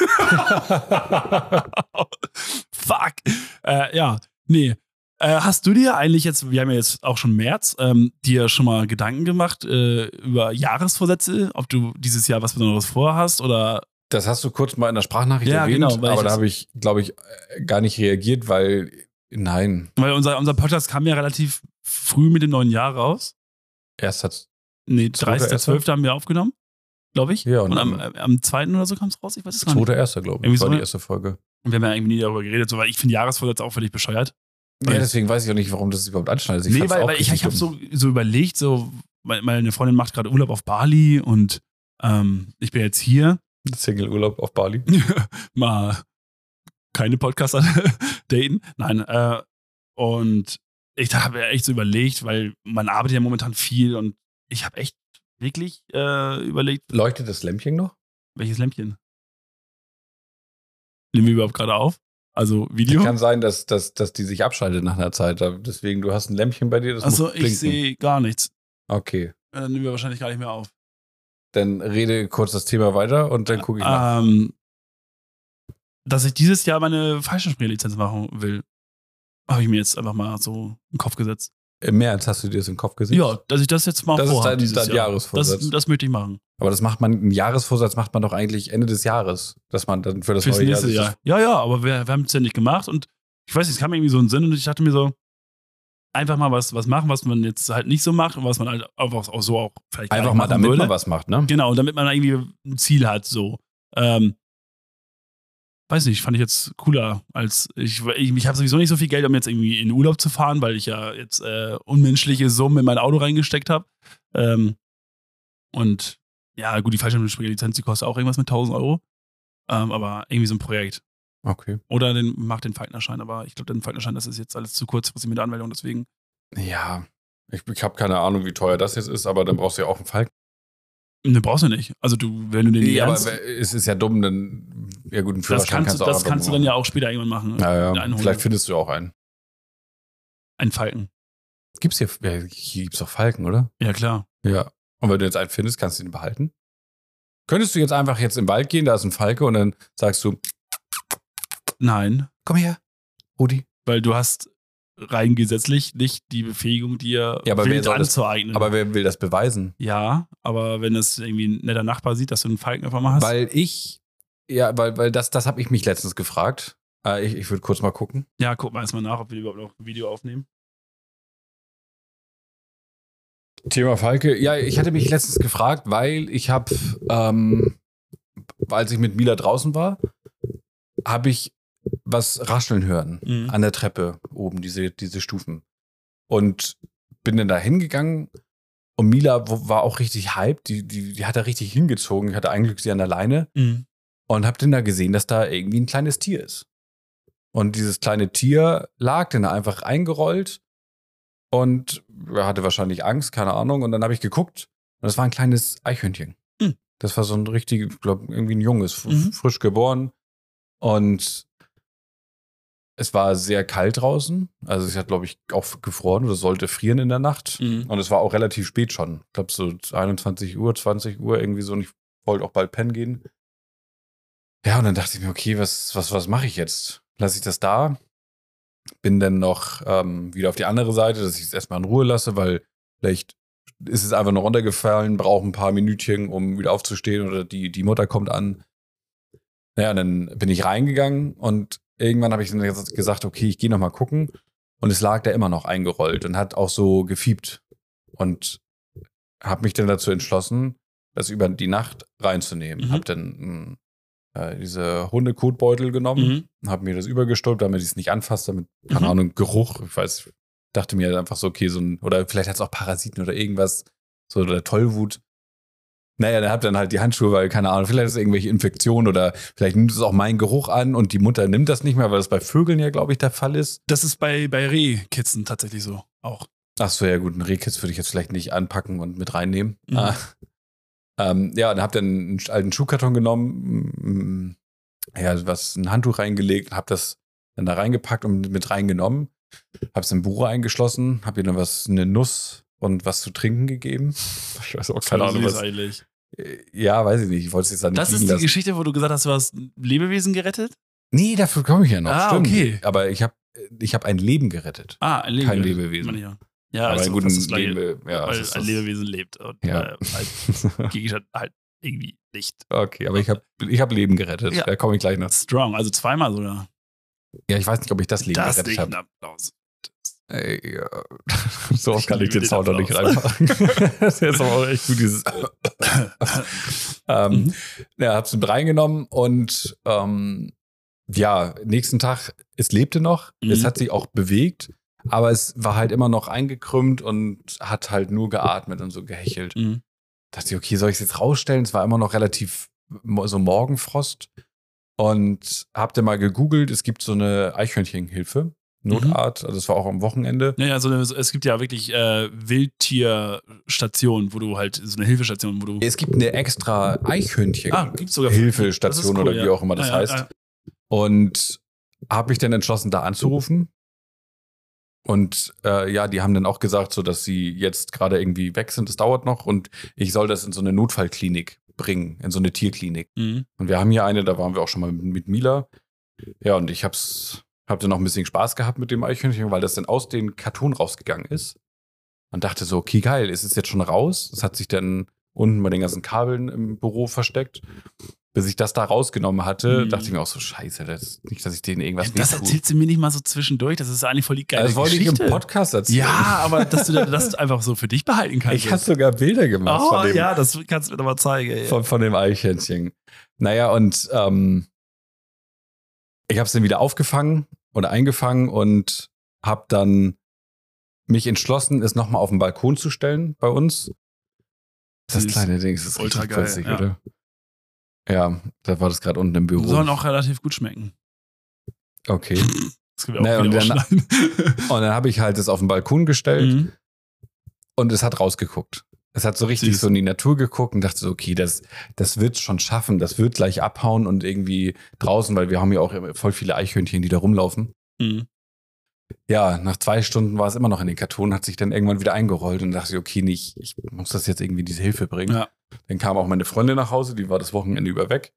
Fuck. Äh, ja, nee. Äh, hast du dir eigentlich jetzt, wir haben ja jetzt auch schon März, ähm, dir schon mal Gedanken gemacht äh, über Jahresvorsätze, ob du dieses Jahr was Besonderes vorhast oder Das hast du kurz mal in der Sprachnachricht Ja, erwähnt, genau, weil ich aber da das- habe ich, glaube ich, äh, gar nicht reagiert, weil, nein, weil unser, unser Podcast kam ja relativ früh mit dem neuen Jahr raus. erst hat's, Nee, Zweiter, dreißigster zwölfter haben wir aufgenommen, glaube ich. Ja, und und am, am- äh, am zweiten oder so kam es raus, ich weiß es gar nicht. zweiter erster, glaube ich, Irgendwie war so, die ne? erste Folge. Und wir haben ja irgendwie nie darüber geredet, so, weil ich finde Jahresvorsätze auch völlig bescheuert. Ja, deswegen weiß ich auch nicht, warum das überhaupt anschneidet. nee, fand's weil, auch weil ich, richtig ich habe dumm. so, so überlegt, so, weil meine Freundin macht gerade Urlaub auf Bali und ähm, ich bin jetzt hier. Single-Urlaub auf Bali. Mal keine Podcaster daten. Nein, äh, und ich habe ja echt so überlegt, weil man arbeitet ja momentan viel und ich habe echt wirklich äh, überlegt, Leuchtet das Lämpchen noch? welches Lämpchen? Nehmen wir überhaupt gerade auf? Also Video? Kann sein, dass, dass, dass die sich abschaltet nach einer Zeit. Da- Deswegen, du hast ein Lämpchen bei dir, das Achso, muss blinken. ich sehe gar nichts. Okay, Äh, Dann nehmen wir wahrscheinlich gar nicht mehr auf. dann rede kurz das Thema weiter und dann gucke ich nach. Ähm, dass ich dieses Jahr meine Fallschirmspringerlizenz machen will, habe ich mir jetzt einfach mal so in den Kopf gesetzt. Im März hast du dir das in den Kopf gesetzt? Ja, dass ich das jetzt mal Das ist vorhabe dein- dieses dein Jahr. Jahresvorsatz. Das, das möchte ich machen. Aber das macht man, einen Jahresvorsatz macht man doch eigentlich Ende des Jahres, dass man dann für das Fürs neue nächste Jahr. Jahr. Ja, ja, aber wir, wir haben es ja nicht gemacht und ich weiß nicht, es kam mir irgendwie so in den Sinn und ich dachte mir so, einfach mal was, was machen, was man jetzt halt nicht so macht und was man halt einfach auch so auch vielleicht gar Einfach nicht mal, machen damit würde. man was macht, ne? Genau, damit man irgendwie ein Ziel hat, so. Ähm, weiß nicht, fand ich jetzt cooler als ich. Ich, ich habe sowieso nicht so viel Geld, um jetzt irgendwie in Urlaub zu fahren, weil ich ja jetzt äh, unmenschliche Summen in mein Auto reingesteckt habe. Ähm, und ja, gut, die Fallschirmspringerlizenz, die kostet auch irgendwas mit tausend Euro. Ähm, aber irgendwie so ein Projekt. Okay. Oder den, mach den Falknerschein, aber ich glaube, den Falknerschein, das ist jetzt alles zu kurzfristig mit der Anmeldung, deswegen. Ja, ich, ich habe keine Ahnung, wie teuer das jetzt ist, aber dann brauchst du ja auch einen Falken. Ne, brauchst du nicht. Also du, wenn du den Ja, lernst, aber es ist ja dumm, dann, ja gut, einen das Führerschein kannst, du, auch das kannst du dann ja auch später irgendwann machen. Ja, ja, Einen vielleicht findest du auch einen. Einen Falken. Gibt's hier, ja, hier gibt's doch Falken, oder? Ja, klar. Ja. Und wenn du jetzt einen findest, kannst du ihn behalten? Könntest du jetzt einfach jetzt im Wald gehen, da ist ein Falke und dann sagst du, Nein, komm her, Rudi. weil du hast rein gesetzlich nicht die Befähigung, dir Ja, aber wer wild soll das- anzueignen. Aber wer will das beweisen? ja, aber wenn es irgendwie ein netter Nachbar sieht, dass du einen Falken einfach mal hast. Weil ich, ja, weil, weil das, das habe ich mich letztens gefragt. Äh, ich ich würde kurz mal gucken. ja, guck mal erstmal nach, ob wir überhaupt noch ein Video aufnehmen. Thema Falke. Ja, ich hatte mich letztens gefragt, weil ich habe, ähm, als ich mit Mila draußen war, habe ich was rascheln hören Mhm. an der Treppe oben, diese, diese Stufen. Und bin dann da hingegangen und Mila wo- war auch richtig hyped. Die, die, die hat da richtig hingezogen. Ich hatte eigentlich sie an der Leine Mhm. und habe dann da gesehen, dass da irgendwie ein kleines Tier ist. Und dieses kleine Tier lag dann da einfach eingerollt und er hatte wahrscheinlich Angst, keine Ahnung. Und dann habe ich geguckt und das war ein kleines Eichhörnchen. Mhm. Das war so ein richtig, ich glaube, irgendwie ein junges, f- Mhm. frisch geboren. Und es war sehr kalt draußen. Also es hat, glaube ich, auch gefroren oder sollte frieren in der Nacht. Mhm. Und es war auch relativ spät schon. Ich glaube, so einundzwanzig Uhr, zwanzig Uhr irgendwie so. Und ich wollte auch bald pennen gehen. Ja, und dann dachte ich mir, okay, was, was, was mache ich jetzt? Lasse ich das da? Bin dann noch ähm, wieder auf die andere Seite, dass ich es erstmal in Ruhe lasse, weil vielleicht ist es einfach nur runtergefallen, braucht ein paar Minütchen, um wieder aufzustehen oder die, die Mutter kommt an. Naja, dann bin ich reingegangen und irgendwann habe ich dann gesagt, okay, ich gehe noch mal gucken. Und es lag da immer noch eingerollt und hat auch so gefiebt. Und habe mich dann dazu entschlossen, das über die Nacht reinzunehmen. Mhm. Habe dann mh, äh, diese Hundekotbeutel genommen, Mhm. habe mir das übergestülpt, damit ich es nicht anfasst, damit, keine Mhm. Ahnung, Geruch, ich weiß, dachte mir einfach so, okay, so ein, oder vielleicht hat es auch Parasiten oder irgendwas, so oder Tollwut. Naja, dann hab dann halt die Handschuhe, weil, keine Ahnung, vielleicht ist es irgendwelche Infektionen oder vielleicht nimmt es auch meinen Geruch an und die Mutter nimmt das nicht mehr, weil das bei Vögeln ja, glaube ich, der Fall ist. Das ist bei, bei Rehkitzen tatsächlich so auch. Ach so, ja gut, einen Rehkitz würde ich jetzt vielleicht nicht anpacken und mit reinnehmen. Mhm. Ah. Ähm, ja, dann hab dann einen alten Schuhkarton genommen, mm, ja, was, ein Handtuch reingelegt, hab das dann da reingepackt und mit reingenommen, hab's im Buch eingeschlossen, hab ihr dann was, eine Nuss und was zu trinken gegeben. Ich weiß auch keine Voll Ahnung, süß was. eigentlich. Ja, weiß ich nicht, ich wollte es jetzt da nicht Das ist liegen die lassen. Geschichte, wo du gesagt hast, du hast ein Lebewesen gerettet? Nee, dafür komme ich ja noch. Ah, stimmt. okay. Aber ich habe ich hab ein Leben gerettet. Ah, ein Lebewesen. Kein Lebewesen. Meine ich Ja, ja Aber also ein guten fast das Gleiche, Leben, ja, weil das ist ein das- Lebewesen lebt und Ja. äh, halt Gegenstand halt irgendwie nicht. Okay, aber ich habe ich hab Leben gerettet. Ja. Da komme ich gleich noch. Strong, also zweimal sogar. Ja, ich weiß nicht, ob ich das Leben Das gerettet nicht habe. ein Applaus. Ey, ja. So oft Ich kann ich liebe den den Sound doch nicht Applaus. reinmachen. Das ist aber auch echt gut, dieses. ähm, Mhm. Ja, hab's mit reingenommen und ähm, ja, nächsten Tag, es lebte noch, Mhm. es hat sich auch bewegt, aber es war halt immer noch eingekrümmt und hat halt nur geatmet und so gehechelt. Mhm. Dachte ich, okay, soll ich es jetzt rausstellen? Es war immer noch relativ mo- so Morgenfrost. Und hab dann mal gegoogelt, es gibt so eine Eichhörnchenhilfe, Notart, also das war auch am Wochenende. Ja, ja, so eine, es gibt ja wirklich äh, Wildtierstationen, wo du halt, so eine Hilfestation, wo du. Es gibt eine extra Eichhörnchen Ah, gibt's sogar. Hilfestation Das ist cool, oder wie ja. auch immer das Ja, ja, heißt. ja. Und habe mich dann entschlossen, da anzurufen. Und äh, ja, die haben dann auch gesagt, so dass sie jetzt gerade irgendwie weg sind, das dauert noch und ich soll das in so eine Notfallklinik bringen, in so eine Tierklinik. Mhm. Und wir haben hier eine, da waren wir auch schon mal mit, mit Mila. Ja, und ich hab's, hab dann noch ein bisschen Spaß gehabt mit dem Eichhörnchen, weil das dann aus dem Karton rausgegangen ist. Und dachte so, okay, geil, ist es jetzt schon raus? Das hat sich dann unten bei den ganzen Kabeln im Büro versteckt. Bis ich das da rausgenommen hatte, Mhm. dachte ich mir auch so, scheiße, das, nicht, dass ich denen irgendwas Ja, das wehtue. erzählst du mir nicht mal so zwischendurch, das ist eigentlich voll die geile Das wollte ich Geschichte. im Podcast erzählen. Ja, aber dass du das einfach so für dich behalten kannst. Ich habe sogar Bilder gemacht Oh von, dem, ja, das kannst du mir doch mal zeigen. Ey. von, von dem Eichhörnchen. Naja, und ähm, ich habe es dann wieder aufgefangen oder eingefangen und habe dann mich entschlossen, es nochmal auf den Balkon zu stellen bei uns. Das Süß. kleine Ding ist Ultra richtig geil, putzig, ja. oder? Ja, da war das gerade unten im Büro. Sollen auch relativ gut schmecken. Okay. Das können wir auch Naja, wieder und dann, ausschneiden. und dann habe ich halt das auf den Balkon gestellt Mhm. und es hat rausgeguckt. Es hat so richtig Süß. so in die Natur geguckt und dachte so, okay, das, das wird schon schaffen. Das wird gleich abhauen und irgendwie draußen, weil wir haben ja auch voll viele Eichhörnchen, die da rumlaufen. Mhm. Ja, nach zwei Stunden war es immer noch in den Karton, hat sich dann irgendwann wieder eingerollt und dachte ich, okay, nicht, ich muss das jetzt irgendwie diese Hilfe bringen. Ja. Dann kam auch meine Freundin nach Hause, die war das Wochenende über weg.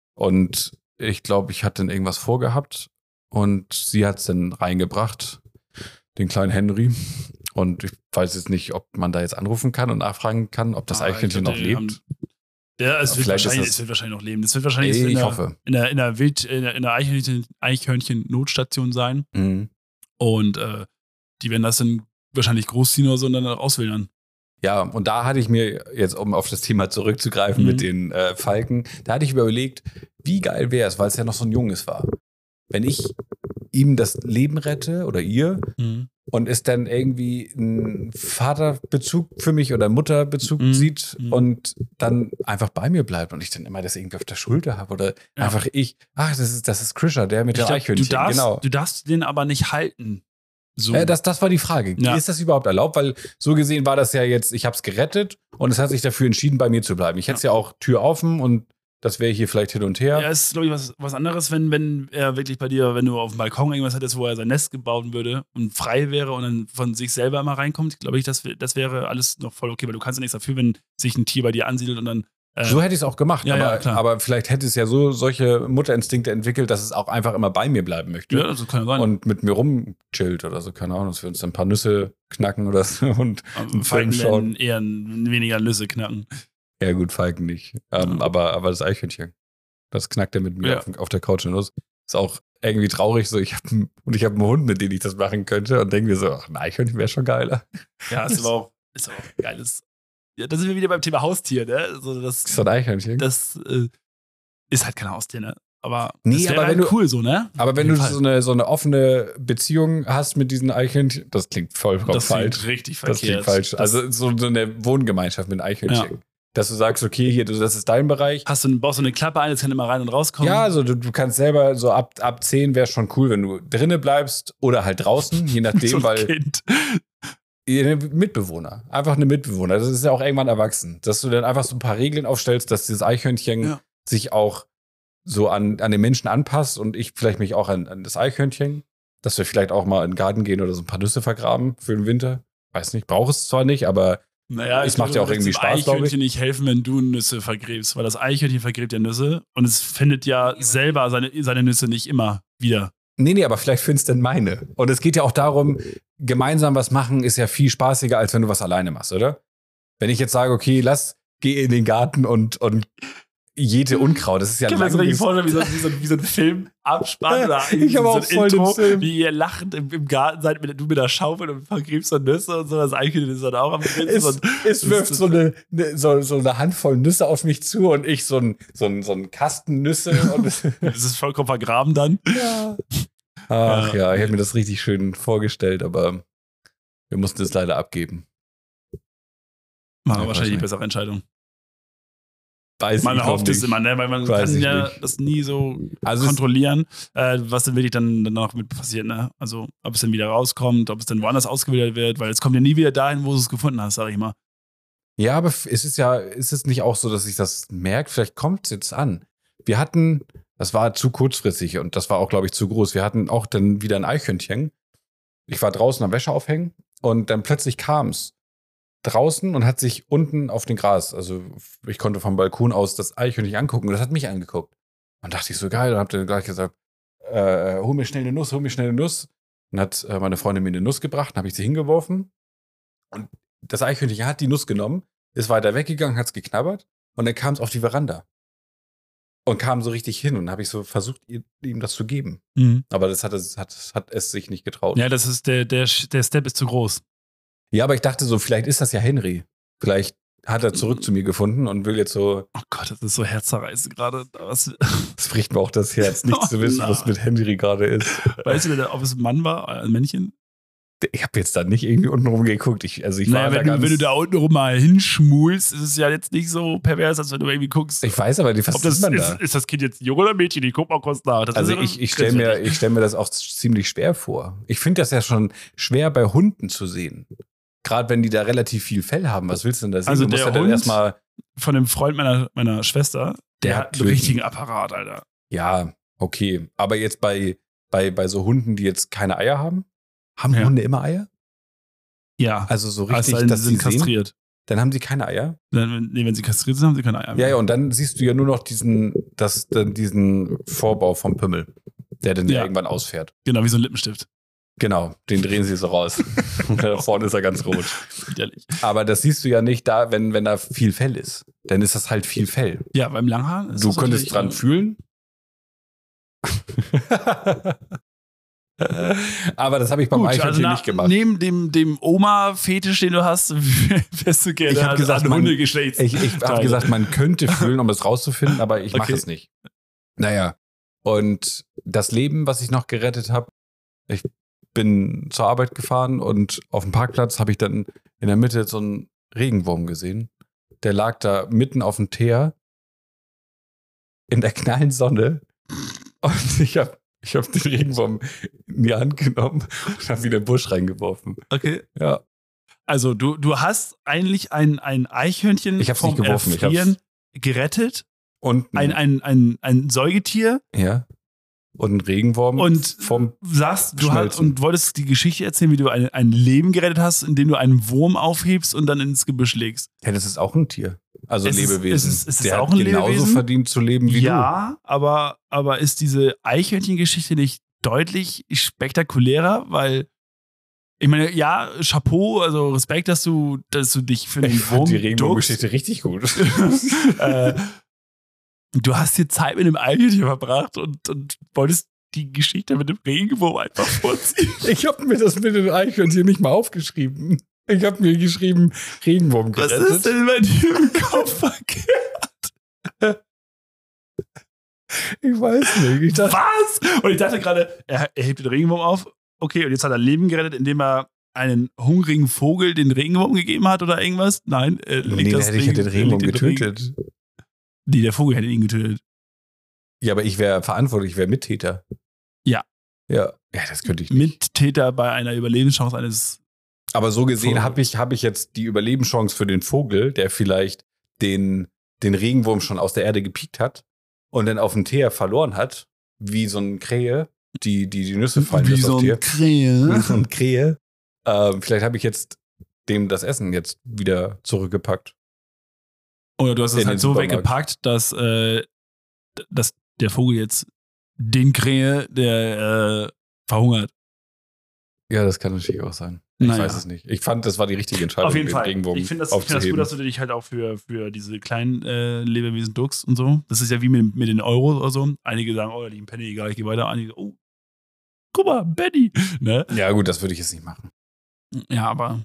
Und ich glaube, ich hatte dann irgendwas vorgehabt und sie hat es dann reingebracht, den kleinen Henry. Und ich weiß jetzt nicht, ob man da jetzt anrufen kann und nachfragen kann, ob das Ah, Eichhörnchen ich noch glaub, die lebt. haben- Ja, es wird, Vielleicht ist wahrscheinlich, das- es wird wahrscheinlich noch leben. Es wird wahrscheinlich Ey, in ich der, hoffe. in der, in der Wild, in der, in der Eichhörnchen, Eichhörnchen-Notstation sein. Mhm. Und äh, die werden das dann wahrscheinlich großziehen oder so und dann auswildern. Ja, und da hatte ich mir jetzt, um auf das Thema zurückzugreifen Mhm. mit den äh, Falken, da hatte ich mir überlegt, wie geil wäre es, weil es ja noch so ein Junges war, wenn ich ihm das Leben rette oder ihr Mhm. und es dann irgendwie einen Vaterbezug für mich oder einen Mutterbezug Mhm. sieht Mhm. und dann einfach bei mir bleibt und ich dann immer das irgendwie auf der Schulter habe oder Ja. einfach ich, ach, das ist, das ist Krischer, der mit Ich der glaub, Eichhörnchen. du, darfst, Genau. du darfst den aber nicht halten. So. Äh, das, das war die Frage. Ja. Ist das überhaupt erlaubt? Weil so gesehen war das ja jetzt, ich habe es gerettet und es hat sich dafür entschieden, bei mir zu bleiben. Ich hätte es ja. ja auch Tür offen und das wäre hier vielleicht hin und her. Ja, es ist, glaube ich, was, was anderes, wenn, wenn er wirklich bei dir, wenn du auf dem Balkon irgendwas hättest, wo er sein Nest gebaut würde und frei wäre und dann von sich selber immer reinkommt, glaube ich, das, wär- das wäre alles noch voll okay, weil du kannst ja nichts dafür, wenn sich ein Tier bei dir ansiedelt und dann. Äh, So hätte ich es auch gemacht, Ja, aber, ja, klar. aber vielleicht hätte es ja so solche Mutterinstinkte entwickelt, dass es auch einfach immer bei mir bleiben möchte. ja, das kann ja sein. Und mit mir rumchillt oder so, keine Ahnung, dass wir uns ein paar Nüsse knacken oder so und Also, einen Film Falken schauen. werden eher n- weniger Nüsse knacken. Ja gut, Falken nicht. Ähm, Ja. aber, aber das Eichhörnchen, das knackt er mit mir Ja. auf, auf der Couch in Nuss. Ist auch irgendwie traurig, so ich hab, n- und ich habe einen Hund, mit dem ich das machen könnte und denke mir so, ach, ein Eichhörnchen wäre schon geiler. Ja, ist aber auch, ist aber auch ein geiles. Ja, da sind wir wieder beim Thema Haustier, ne? Also das, Ist so ein Eichhörnchen. das äh, ist halt kein Haustier, ne? Aber Nee, das wäre aber halt wenn du- cool so, ne? Aber wenn Auf du jeden so eine, so eine offene Beziehung hast mit diesen Eichhörnchen, das klingt vollkommen das falsch. klingt richtig Das verkehrt. klingt falsch. Das- Also so, so eine Wohngemeinschaft mit Eichhörnchen. Ja. Dass du sagst, okay, hier, du- das ist dein Bereich. Hast du, baust du eine Klappe ein, jetzt kann immer rein und rauskommen. Ja, also du, du kannst selber, so ab, ab zehn wäre schon cool, wenn du drinnen bleibst oder halt draußen, je nachdem, so ein weil Kind. eine Mitbewohner, einfach eine Mitbewohner, das ist ja auch irgendwann erwachsen, dass du dann einfach so ein paar Regeln aufstellst, dass dieses Eichhörnchen Ja. sich auch so an, an den Menschen anpasst und ich vielleicht mich auch an, an das Eichhörnchen, dass wir vielleicht auch mal in den Garten gehen oder so ein paar Nüsse vergraben für den Winter. Weiß nicht, brauche es zwar nicht, aber Naja, Es ich macht glaube, ja auch du irgendwie willst dem Spaß, glaub ich. Eichhörnchen nicht helfen, wenn du Nüsse vergräbst, weil das Eichhörnchen vergräbt ja Nüsse und es findet ja selber seine, seine Nüsse nicht immer wieder. nee, nee, aber vielleicht findest du denn meine. Und es geht ja auch darum, gemeinsam was machen ist ja viel spaßiger, als wenn du was alleine machst, oder? Wenn ich jetzt sage, okay, lass, geh in den Garten und, und jede Unkraut, das ist ja Ich kann mir das richtig langwierig. vorstellen, wie so, wie so, wie so ein Film abspann oder Ich hab so auch ein voll den Intro, Film. wie ihr lachend im, im Garten seid, mit, du mit der Schaufel und vergräbst so Nüsse und so, das Eichhörnchen ist dann auch am Grinsen. Es, und es das wirft ist- so eine, ne, so, so eine Handvoll Nüsse auf mich zu und ich so ein, so ein, so ein Kasten Nüsse. Und das ist vollkommen vergraben dann. ja. Ach ja, Ja. ich hätte mir das richtig schön vorgestellt, aber wir mussten es leider abgeben. War Ja, wahrscheinlich die wahrscheinlich. bessere Entscheidung. Weiß Man ich noch hofft es nicht. immer, ne? Weil man Weiß kann ich ja nicht. das nie so Also es- kontrollieren, äh, was dann wirklich dann danach mit passiert, ne? Also ob es dann wieder rauskommt, ob es dann woanders ausgewählt wird, weil es kommt ja nie wieder dahin, wo du es gefunden hast, sag ich mal. Ja, aber f- ist es ja, ist es nicht auch so, dass ich das merke? Vielleicht kommt es jetzt an. Wir hatten, das war zu kurzfristig und das war auch, glaube ich, zu groß. Wir hatten auch dann wieder ein Eichhörnchen. Ich war draußen am Wäsche aufhängen und dann plötzlich kam es draußen und hat sich unten auf den Gras, also ich konnte vom Balkon aus das Eichhörnchen angucken und das hat mich angeguckt. Und dachte ich so geil und hab dann gleich gesagt, äh, hol mir schnell eine Nuss, hol mir schnell eine Nuss. Und hat äh, meine Freundin mir eine Nuss gebracht, dann habe ich sie hingeworfen. Und das Eichhörnchen hat die Nuss genommen, ist weiter weggegangen, hat es geknabbert und dann kam es auf die Veranda. Und kam so richtig hin und habe ich so versucht, ihr- ihm das zu geben. Aber das hat es, hat, hat es sich nicht getraut. Ja, das ist der, der, der Step ist zu groß. Ja, aber ich dachte so, vielleicht ist das ja Henry. Vielleicht hat er zurück zu mir gefunden und will jetzt so. Oh Gott, das ist so herzzerreißend gerade. Das bricht mir auch das Herz, nicht oh, zu wissen, nein. was mit Henry gerade ist. Weißt du denn, ob es ein Mann war, ein Männchen? Ich habe jetzt da nicht irgendwie unten rum geguckt. Ich, also ich naja, war wenn, da du, ganz, wenn du da unten rum mal hinschmulst, ist es ja jetzt nicht so pervers, als wenn du irgendwie guckst. Ich weiß aber nicht, was ob das, ist man ist, da? ist das Kind jetzt Junge oder Mädchen? Ich guck mal kurz nach. Das also ja ich, ich stelle mir, ich stell mir das auch ziemlich schwer vor. Ich finde das ja schon schwer bei Hunden zu sehen. Gerade wenn die da relativ viel Fell haben. Was willst du denn da sehen? Also du musst der ja dann Hund erstmal von dem Freund meiner, meiner Schwester, der, der hat einen richtigen Apparat, Alter. Ja, okay. Aber jetzt bei, bei, bei so Hunden, die jetzt keine Eier haben? Haben ja. Hunde immer Eier? Ja. Also so richtig, also dass sie sind sie kastriert. Sehen, dann haben sie keine Eier? Dann, nee, wenn sie kastriert sind, haben sie keine Eier mehr. Ja, ja, und dann siehst du ja nur noch diesen, das, dann diesen Vorbau vom Pimmel, der dann ja. irgendwann ausfährt. Genau, wie so ein Lippenstift. Genau, den drehen sie so raus. Und da vorne ist er ganz rot. Widerlich. Aber das siehst du ja nicht da, wenn, wenn da viel Fell ist. Dann ist das halt viel Fell. Ja, beim Langhaar ist Du könntest dran fühlen. Aber das habe ich beim Gut, Eichhörnchen also nicht gemacht. Neben dem, dem Oma-Fetisch, den du hast, wärst du gerne ich hab gesagt, an man, Hundegeschlechts. Ich, ich habe gesagt, man könnte fühlen, um es rauszufinden, aber ich mache okay. es nicht. Naja, und das Leben, was ich noch gerettet habe, ich bin zur Arbeit gefahren und auf dem Parkplatz habe ich dann in der Mitte so einen Regenwurm gesehen. Der lag da mitten auf dem Teer in der knallen Sonne und ich habe Ich habe den Regenwurm in die Hand genommen und habe wieder in den Busch reingeworfen. Okay. Ja. Also du, du hast eigentlich ein, ein Eichhörnchen ich hab's vom nicht geworfen. Erfrieren ich gerettet. Und ein, ein, ein, ein Säugetier. Ja. Und ein Regenwurm und vom sagst, du hast, und wolltest die Geschichte erzählen, wie du ein, ein Leben gerettet hast, indem du einen Wurm aufhebst und dann ins Gebüsch legst. Ja, das ist auch ein Tier. Also es Lebewesen. Ist, es ist, es ist Der auch hat ein genauso Lebewesen. verdient zu leben wie ja, du. Ja, aber, aber ist diese Eichhörnchen-Geschichte nicht deutlich spektakulärer? Weil, ich meine, ja, Chapeau, also Respekt, dass du, dass du dich für den ich Wurm fand die Regenwurm-Geschichte richtig gut. äh, du hast hier Zeit mit dem Eichhörnchen verbracht und, und wolltest die Geschichte mit dem Regenwurm einfach vorziehen. Ich habe mir das mit dem Eichhörnchen nicht mal aufgeschrieben. Ich habe mir geschrieben, Regenwurm gerettet. Was ist denn bei dir im Kopf verkehrt? Ich weiß nicht. Ich dachte, was? Und ich dachte gerade, er, er hebt den Regenwurm auf. Okay, und jetzt hat er Leben gerettet, indem er einen hungrigen Vogel den Regenwurm gegeben hat oder irgendwas? Nein, er legt nee, das hätte ich ja den Regenwurm getötet. Regen. Nee, der Vogel hätte ihn getötet. Ja, aber ich wäre verantwortlich, ich wäre Mittäter. Ja. Ja, ja, das könnte ich nicht. Mittäter bei einer Überlebenschance eines. Aber so gesehen habe ich, hab ich jetzt die Überlebenschance für den Vogel, der vielleicht den, den Regenwurm schon aus der Erde gepiekt hat und dann auf dem Teer verloren hat, wie so ein Krähe, die die, die Nüsse fallen wie so ein Krähe. Wie so ein Krähe. Ähm, vielleicht habe ich jetzt dem das Essen jetzt wieder zurückgepackt. Oder du hast es halt so weggepackt, dass, äh, dass der Vogel jetzt den Krähe, der äh, verhungert. Ja, das kann natürlich auch sein. Ich naja. weiß es nicht. Ich fand, das war die richtige Entscheidung. Auf jeden den Fall. Regenwurm ich finde das, find das gut, dass du dich halt auch für, für diese kleinen äh, Lebewesen duckst und so. Das ist ja wie mit, mit den Euros oder so. Einige sagen, oh, da liegt ein Penny, egal, ich gehe weiter. Einige, oh, guck mal, Penny. Ne? Ja, gut, das würde ich jetzt nicht machen. Ja, aber.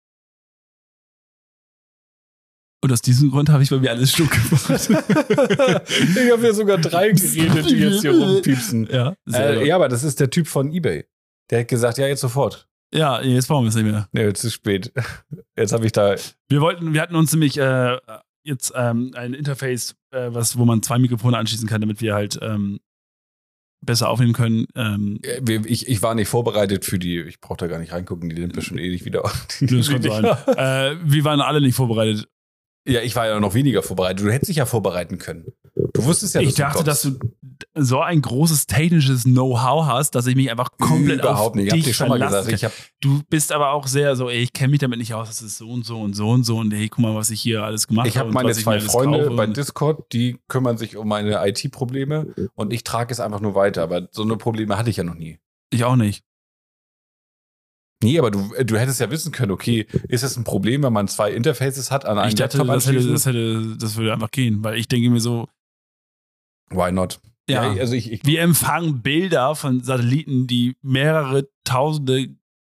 Und aus diesem Grund habe ich bei mir alles stuck gemacht. Ich habe ja sogar drei geredet, die jetzt hier rumpiepsen. Ja, äh, ja, aber das ist der Typ von eBay. Der hat gesagt, ja, jetzt sofort. Ja, jetzt brauchen wir es nicht mehr. Nee, jetzt ist spät. Jetzt habe ich da. Wir wollten, wir hatten uns nämlich äh, jetzt ähm, ein Interface, äh, was, wo man zwei Mikrofone anschließen kann, damit wir halt ähm, besser aufnehmen können. Ähm, ich, ich war nicht vorbereitet für die, ich brauche da gar nicht reingucken, die nimmt ja schon ewig wieder. Das kann sein. äh, wir waren alle nicht vorbereitet. Ja, ich war ja noch weniger vorbereitet. Du hättest dich ja vorbereiten können. Du wusstest ja, dass ich dachte, dass du so ein großes technisches Know-how hast, dass ich mich einfach komplett Überhaupt auf nicht. Ich dich hab dir schon mal gesagt, ich hab du bist aber auch sehr so, ey, ich kenne mich damit nicht aus, das ist so und so und so und so und hey, guck mal, was ich hier alles gemacht habe. Ich habe meine zwei Freunde bei Discord, die kümmern sich um meine I T-Probleme und ich trage es einfach nur weiter. Aber so eine Probleme hatte ich ja noch nie. Ich auch nicht. Nee, aber du, du hättest ja wissen können, okay, ist es ein Problem, wenn man zwei Interfaces hat an einem ich dachte, Laptop das hätte, das hätte, das würde einfach gehen, weil ich denke mir so, why not? Ja, ja also ich, ich wir empfangen Bilder von Satelliten, die mehrere tausende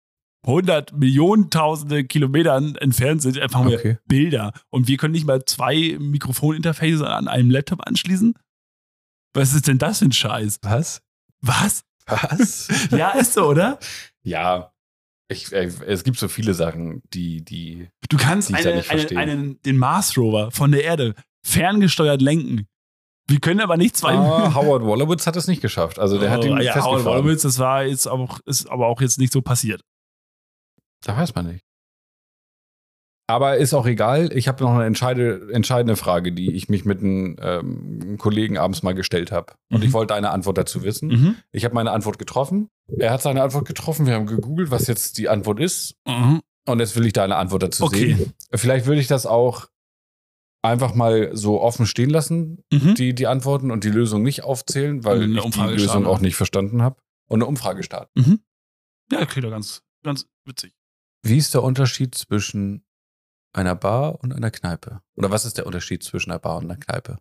hundert Millionen, tausende Kilometern entfernt sind, einfach mal Okay. Bilder. Und wir können nicht mal zwei Mikrofoninterfaces an einem Laptop anschließen? Was ist denn das für ein Scheiß? Was? Was? Was? Ja, ist so, oder? Ja, ich, äh, es gibt so viele Sachen, die, die. Du kannst Die ich da eine, nicht eine, verstehe. einen, den Mars Rover von der Erde ferngesteuert lenken. Wir können aber nicht zwei. Ah, Howard Wolowitz hat es nicht geschafft. Also der hat ihn oh, ja, Howard festgefahren. Wolowitz, das war jetzt auch, ist aber auch jetzt nicht so passiert. Da weiß man nicht. Aber ist auch egal. Ich habe noch eine entscheide, entscheidende Frage, die ich mich mit einem ähm, Kollegen abends mal gestellt habe. Und Mhm. ich wollte eine Antwort dazu wissen. Mhm. Ich habe meine Antwort getroffen. Er hat seine Antwort getroffen. Wir haben gegoogelt, was jetzt die Antwort ist. Mhm. Und jetzt will ich deine Antwort dazu Okay. sehen. Vielleicht würde ich das auch einfach mal so offen stehen lassen, Mhm. die, die Antworten und die Lösung nicht aufzählen, weil Und eine ich die Umfrage Lösung starten. auch nicht verstanden habe. Und eine Umfrage starten. Mhm. Ja, klingt doch ganz, ganz witzig. Wie ist der Unterschied zwischen einer Bar und einer Kneipe? Oder was ist der Unterschied zwischen einer Bar und einer Kneipe?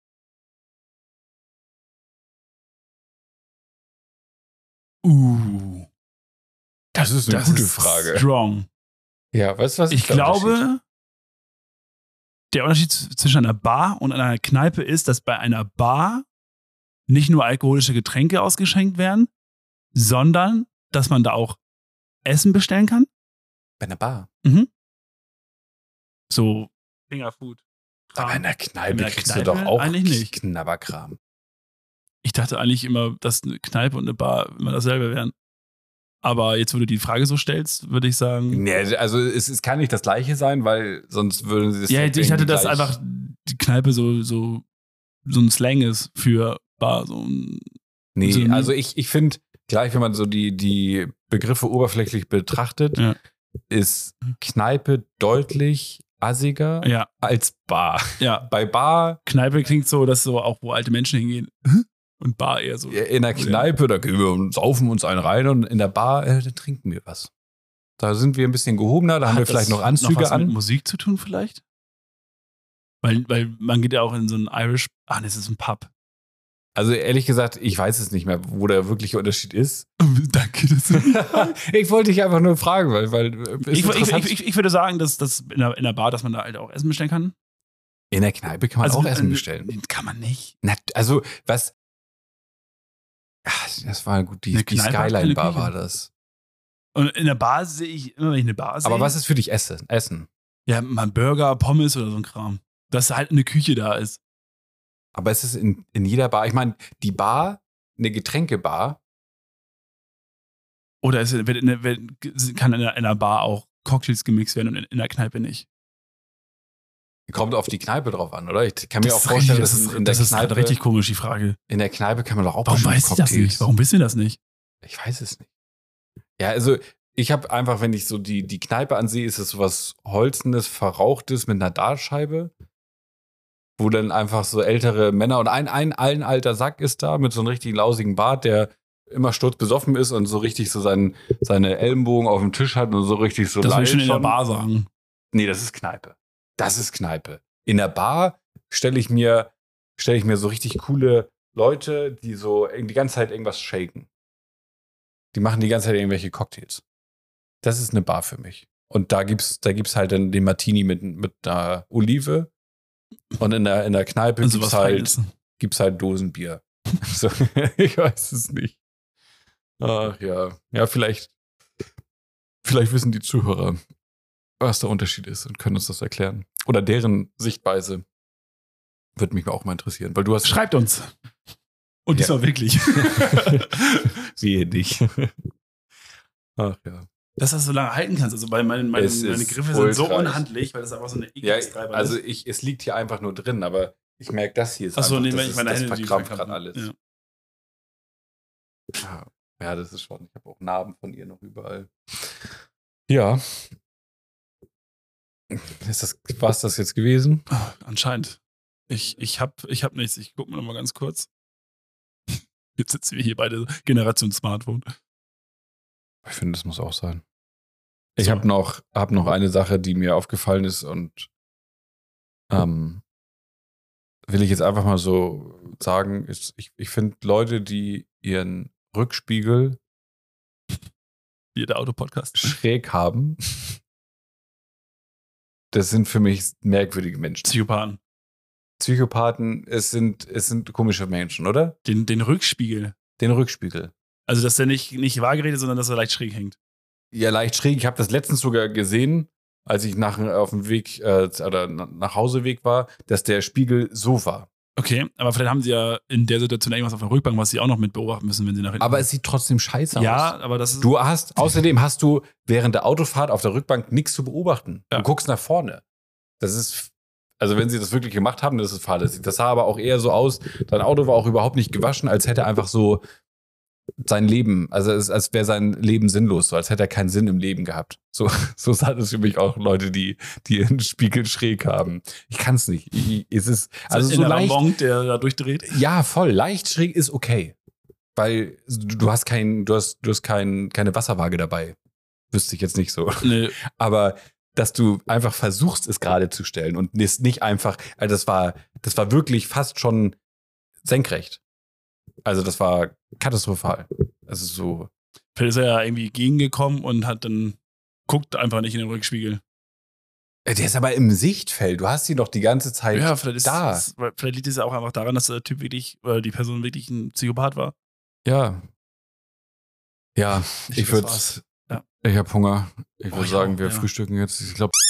Uh. Das ist eine Das gute ist Frage. strong. Ja, weißt du was? Ich ist der Unterschied? glaube, der Unterschied z- zwischen einer Bar und einer Kneipe ist, dass bei einer Bar nicht nur alkoholische Getränke ausgeschenkt werden, sondern dass man da auch Essen bestellen kann. Bei einer Bar. Mhm. So Fingerfood. Aber in der Kneipe In der kriegst Kneipe du doch auch eigentlich nicht. Knabberkram. Ich dachte eigentlich immer, dass eine Kneipe und eine Bar immer dasselbe wären. Aber jetzt, wo du die Frage so stellst, würde ich sagen. Nee, also es, es kann nicht das gleiche sein, weil sonst würden sie es Ja, irgendwie ich hatte das gleich- einfach, die Kneipe so, so, so ein Slang ist für Bar. So ein, Nee, Synonym. also ich, ich finde, gleich wenn man so die, die Begriffe oberflächlich betrachtet, Ja. ist Kneipe deutlich assiger ja, als Bar. ja. Bei Bar, Kneipe klingt so, dass so auch, wo alte Menschen hingehen. Und Bar eher so. in der Kneipe, da gehen wir und saufen uns einen rein und in der Bar, äh, da trinken wir was. Da sind wir ein bisschen gehobener, da haben wir Hat vielleicht das noch Anzüge was an. mit Musik zu tun vielleicht? Weil, weil man geht ja auch in so einen Irish, ah, das ist ein Pub. Also ehrlich gesagt, ich weiß es nicht mehr, wo der wirkliche Unterschied ist. Danke. Das Ich wollte dich einfach nur fragen, weil, weil ist ich, ich, interessant. ich, ich, ich würde sagen, dass, dass in, der, in der Bar, dass man da halt auch Essen bestellen kann. In der Kneipe kann man auch Essen äh, bestellen. Kann man nicht. Na, also, was. Ach, das war gut, die, Eine die Kneipe hat keine Skyline-Bar Küche. war das. Und in der Bar sehe ich, immer wenn ich eine Bar sehe. Aber was ist für dich Essen? Essen. Ja, mal Burger, Pommes oder so ein Kram. Dass halt eine Küche da ist. Aber es ist in, in jeder Bar. Ich meine, die Bar, eine Getränkebar, Oder es wird in der, wird, kann in der, in der Bar auch Cocktails gemixt werden und in, in der Kneipe nicht. kommt auf die Kneipe drauf an, oder? Ich kann mir Das auch ist vorstellen, richtig- dass das ist, in der das ist Kneipe, richtig komisch, die Frage. in der Kneipe kann man doch auch Warum bestimmt weiß ich das Cocktails. nicht? Warum wissen wir das nicht? Ich weiß es nicht. Ja, also ich habe einfach, wenn ich so die, die Kneipe ansehe, ist es sowas Holzenes, Verrauchtes mit einer Dartscheibe, wo dann einfach so ältere Männer und ein, ein, ein alter Sack ist da mit so einem richtigen lausigen Bart, der immer sturzbesoffen ist und so richtig so seinen, seine Ellenbogen auf dem Tisch hat und so richtig so Das will ich schon in der schon. Bar sagen. Nee, das ist Kneipe. Das ist Kneipe. In der Bar stelle ich mir, stelle ich mir so richtig coole Leute, die so die ganze Zeit irgendwas shaken. Die machen die ganze Zeit irgendwelche Cocktails. Das ist eine Bar für mich. Und da gibt's, da gibt's halt dann den Martini mit, mit einer Olive. Und in der, in der Kneipe Also gibt's was halt, Feines. gibt's halt Dosenbier. So, ich weiß es nicht. Ach ja. Ja, vielleicht, vielleicht wissen die Zuhörer, was der Unterschied ist und können uns das erklären. Oder deren Sichtweise. Würde mich auch mal interessieren, weil du hast. Schreibt uns. Und Ja. diesmal wirklich. Wehe dich. Ach ja. Dass du das so lange halten kannst. Also, weil meine, meine, Es ist meine Griffe sind so ultra- unhandlich, weil das einfach so eine Ja, Ekligtreiber also ist. ich, es liegt hier einfach nur drin, aber ich merke, das hier ist Achso, einfach, nee, das, wenn ich ist, meine das Hände die verkrampft verkrampfen. gerade alles. Ja. Ja. Ja, das ist schon. Ich habe auch Narben von ihr noch überall. Ja. Ist das, war es das jetzt gewesen? Ah, anscheinend. Ich, ich hab, ich hab nichts. Ich guck mal noch mal ganz kurz. Jetzt sitzen wir hier beide Generation Smartphone. Ich finde, das muss auch sein. Ich So. habe noch, hab noch eine Sache, die mir aufgefallen ist und ähm, will ich jetzt einfach mal so sagen, ist, ich, ich finde Leute, die ihren Rückspiegel Hier der Autopodcast. schräg haben, das sind für mich merkwürdige Menschen. Psychopathen. Psychopathen, es sind, es sind komische Menschen, oder? Den, den Rückspiegel. Den Rückspiegel. Also, dass der nicht, nicht waagerecht ist, sondern dass er leicht schräg hängt. Ja, leicht schräg. Ich habe das letztens sogar gesehen, als ich nach, auf dem Weg äh, oder nach Hauseweg war, dass der Spiegel so war. Okay, aber vielleicht haben sie ja in der Situation irgendwas auf der Rückbank, was sie auch noch mit beobachten müssen, wenn sie nach hinten Aber kommen. es sieht trotzdem scheiße Ja, aus. aber das ist. Du hast, außerdem hast du während der Autofahrt auf der Rückbank nichts zu beobachten. Ja. Du guckst nach vorne. Das ist, also wenn sie das wirklich gemacht haben, das ist fahrlässig. Das sah aber auch eher so aus, dein Auto war auch überhaupt nicht gewaschen, als hätte er einfach so sein Leben, also es, als wäre sein Leben sinnlos, so als hätte er keinen Sinn im Leben gehabt. So, so sah das für mich auch Leute, die, die einen Spiegel schräg haben. Ich kann es nicht. Ich, es ist, also so leicht. Monk, der da durchdreht. Ja, voll. Leicht schräg ist okay. Weil du, du hast kein, du hast, du hast kein, keine Wasserwaage dabei. Wüsste ich jetzt nicht so. Nee. Aber dass du einfach versuchst, es gerade zu stellen und es nicht einfach, also das war, das war wirklich fast schon senkrecht. Also das war katastrophal. Also so. Vielleicht ist er ja irgendwie gegengekommen und hat dann guckt einfach nicht in den Rückspiegel. Der ist aber im Sichtfeld. Du hast ihn doch die ganze Zeit Ja, vielleicht, ist, da. ist, vielleicht liegt es ja auch einfach daran, dass der Typ wirklich, oder die Person wirklich ein Psychopath war. Ja. Ja, ich, ich würde. Ja. Ich habe Hunger. Ich Oh, würde ich sagen, auch, wir ja. frühstücken jetzt. Ich glaube,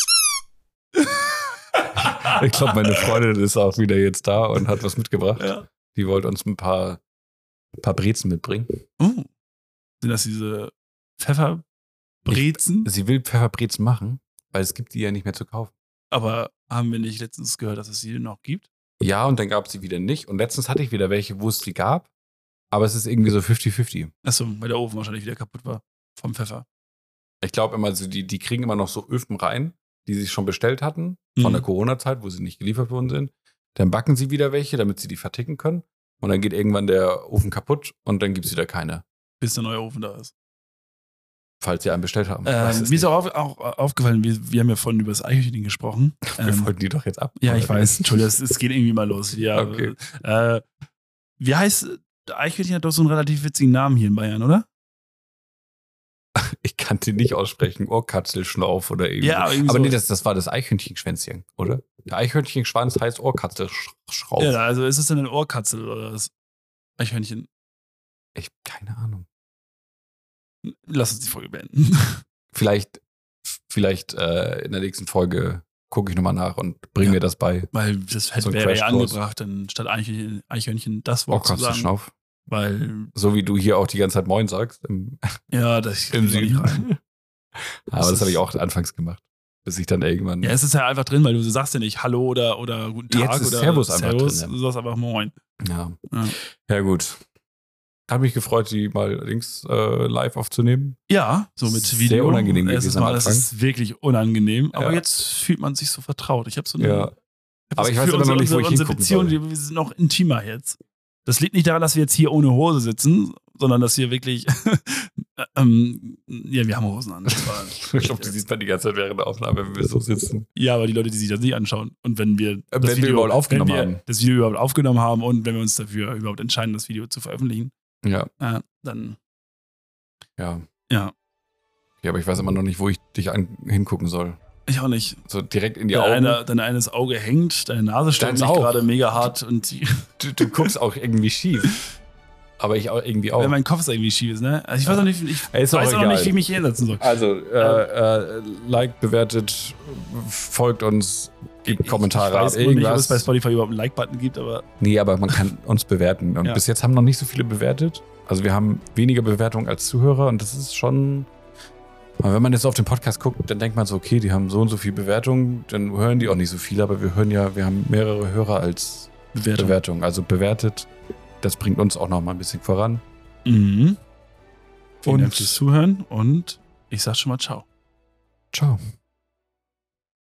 ich glaube, meine Freundin ist auch wieder jetzt da und hat was mitgebracht. Ja. Die wollte uns ein paar, ein paar Brezen mitbringen. Oh. Sind das diese Pfefferbrezen? Sie will Pfefferbrezen machen, weil es gibt die ja nicht mehr zu kaufen. Aber haben wir nicht letztens gehört, dass es sie noch gibt? Ja, und dann gab es sie wieder nicht. Und letztens hatte ich wieder welche, wo es die gab. Aber es ist irgendwie so fifty fifty. Achso, weil der Ofen wahrscheinlich wieder kaputt war. Vom Pfeffer. Ich glaube immer, so die, die kriegen immer noch so Öfen rein, die sie schon bestellt hatten, von Mhm. der Corona-Zeit, wo sie nicht geliefert worden sind. Dann backen sie wieder welche, damit sie die verticken können. Und dann geht irgendwann der Ofen kaputt und dann gibt es wieder keine, Bis der neue Ofen da ist. falls sie einen bestellt haben. Ich weiß Ähm, es mir ist nicht. auch, auf, auch aufgefallen, wir, wir haben ja vorhin über das Eichhörnchen gesprochen. Wir Ähm, folgen die doch jetzt ab. ja, ich oder? weiß. Entschuldigung, es, es geht irgendwie mal los. Ja, Okay. äh, wie heißt, Eichhörnchen hat doch so einen relativ witzigen Namen hier in Bayern, oder? Ich kann den nicht aussprechen. Ohrkatzelschnauf oder irgendwie. Ja, irgendwie Aber so. nee, das, das war das Eichhörnchenschwänzchen, oder? Der Eichhörnchenschwanz heißt Ohrkatzelschrauf. Ja, also ist es denn eine Ohrkatzel oder das Eichhörnchen? Ich, keine Ahnung. Lass uns die Folge beenden. Vielleicht, vielleicht äh, in der nächsten Folge gucke ich nochmal nach und bringe Ja. mir das bei. Weil das hätte So ein wäre ja Crashkurs. angebracht, dann statt Eichhörnchen, Eichhörnchen das Wort zu sagen. Ohrkatzelschnauf. Weil, So wie du hier auch die ganze Zeit Moin sagst. Im, ja, das im krieg ich noch nicht Süden. rein. Aber Das das habe ich ist- auch anfangs gemacht. Bis ich dann irgendwann. Ja, es ist ja einfach drin, weil du sagst ja nicht Hallo oder, oder Guten Tag Jetzt ist oder Servus einfach Servus, drin, ja. du sagst einfach Moin. Ja. Ja. Ja, gut. Hat mich gefreut, die mal links äh, live aufzunehmen. Ja, so mit Sehr Video. unangenehm Erstes gewesen am Mal, das Anfang. ist wirklich unangenehm. Aber Ja. jetzt fühlt man sich so vertraut. Ich habe so eine. Ja. ich hab Aber das ich weiß Gefühl, immer noch unsere- nicht, wo ich unsere hingucken Beziehung, soll. die- wir sind noch intimer jetzt. Das liegt nicht daran, dass wir jetzt hier ohne Hose sitzen, sondern dass wir wirklich. ähm, ja, wir haben Hosen an. Das war- Ich glaube, die sieht man die ganze Zeit während der Aufnahme, wenn wir so sitzen. Ja, aber die Leute, die sich das nicht anschauen. Und wenn wir das wenn wir überhaupt aufgenommen wenn wir haben. das Video überhaupt aufgenommen haben und wenn wir uns dafür überhaupt entscheiden, das Video zu veröffentlichen, Ja, äh, dann ja. ja, Ja, aber ich weiß immer noch nicht, wo ich dich an, hingucken soll. ich auch nicht. So direkt in die Dein, Augen. eine, dein eines Auge hängt, deine Nase stört Deins mich auch. gerade mega hart und die, Du, du guckst auch irgendwie schief. Aber ich auch irgendwie auch. weil mein Kopf irgendwie schief ist, ne? Also ich weiß auch nicht, ich Ey, ist auch weiß auch egal. nicht, wie ich mich hier hinsetzen soll. Also, äh, äh, like, bewertet, folgt uns, gebt Kommentare ich weiß ab, nur nicht, ob irgendwas. es bei Spotify überhaupt einen Like-Button gibt, aber Nee, aber man kann uns bewerten. Und Ja. bis jetzt haben noch nicht so viele bewertet. Also wir haben weniger Bewertungen als Zuhörer und das ist schon. Aber wenn man jetzt auf den Podcast guckt, dann denkt man so, okay, die haben so und so viel Bewertungen, dann hören die auch nicht so viel, aber wir hören ja, wir haben mehrere Hörer als Bewertung. Bewertungen. Also bewertet, das bringt uns auch noch mal ein bisschen voran. Mhm. Vielen Und- Dank fürs Zuhören und ich sag schon mal ciao. Ciao.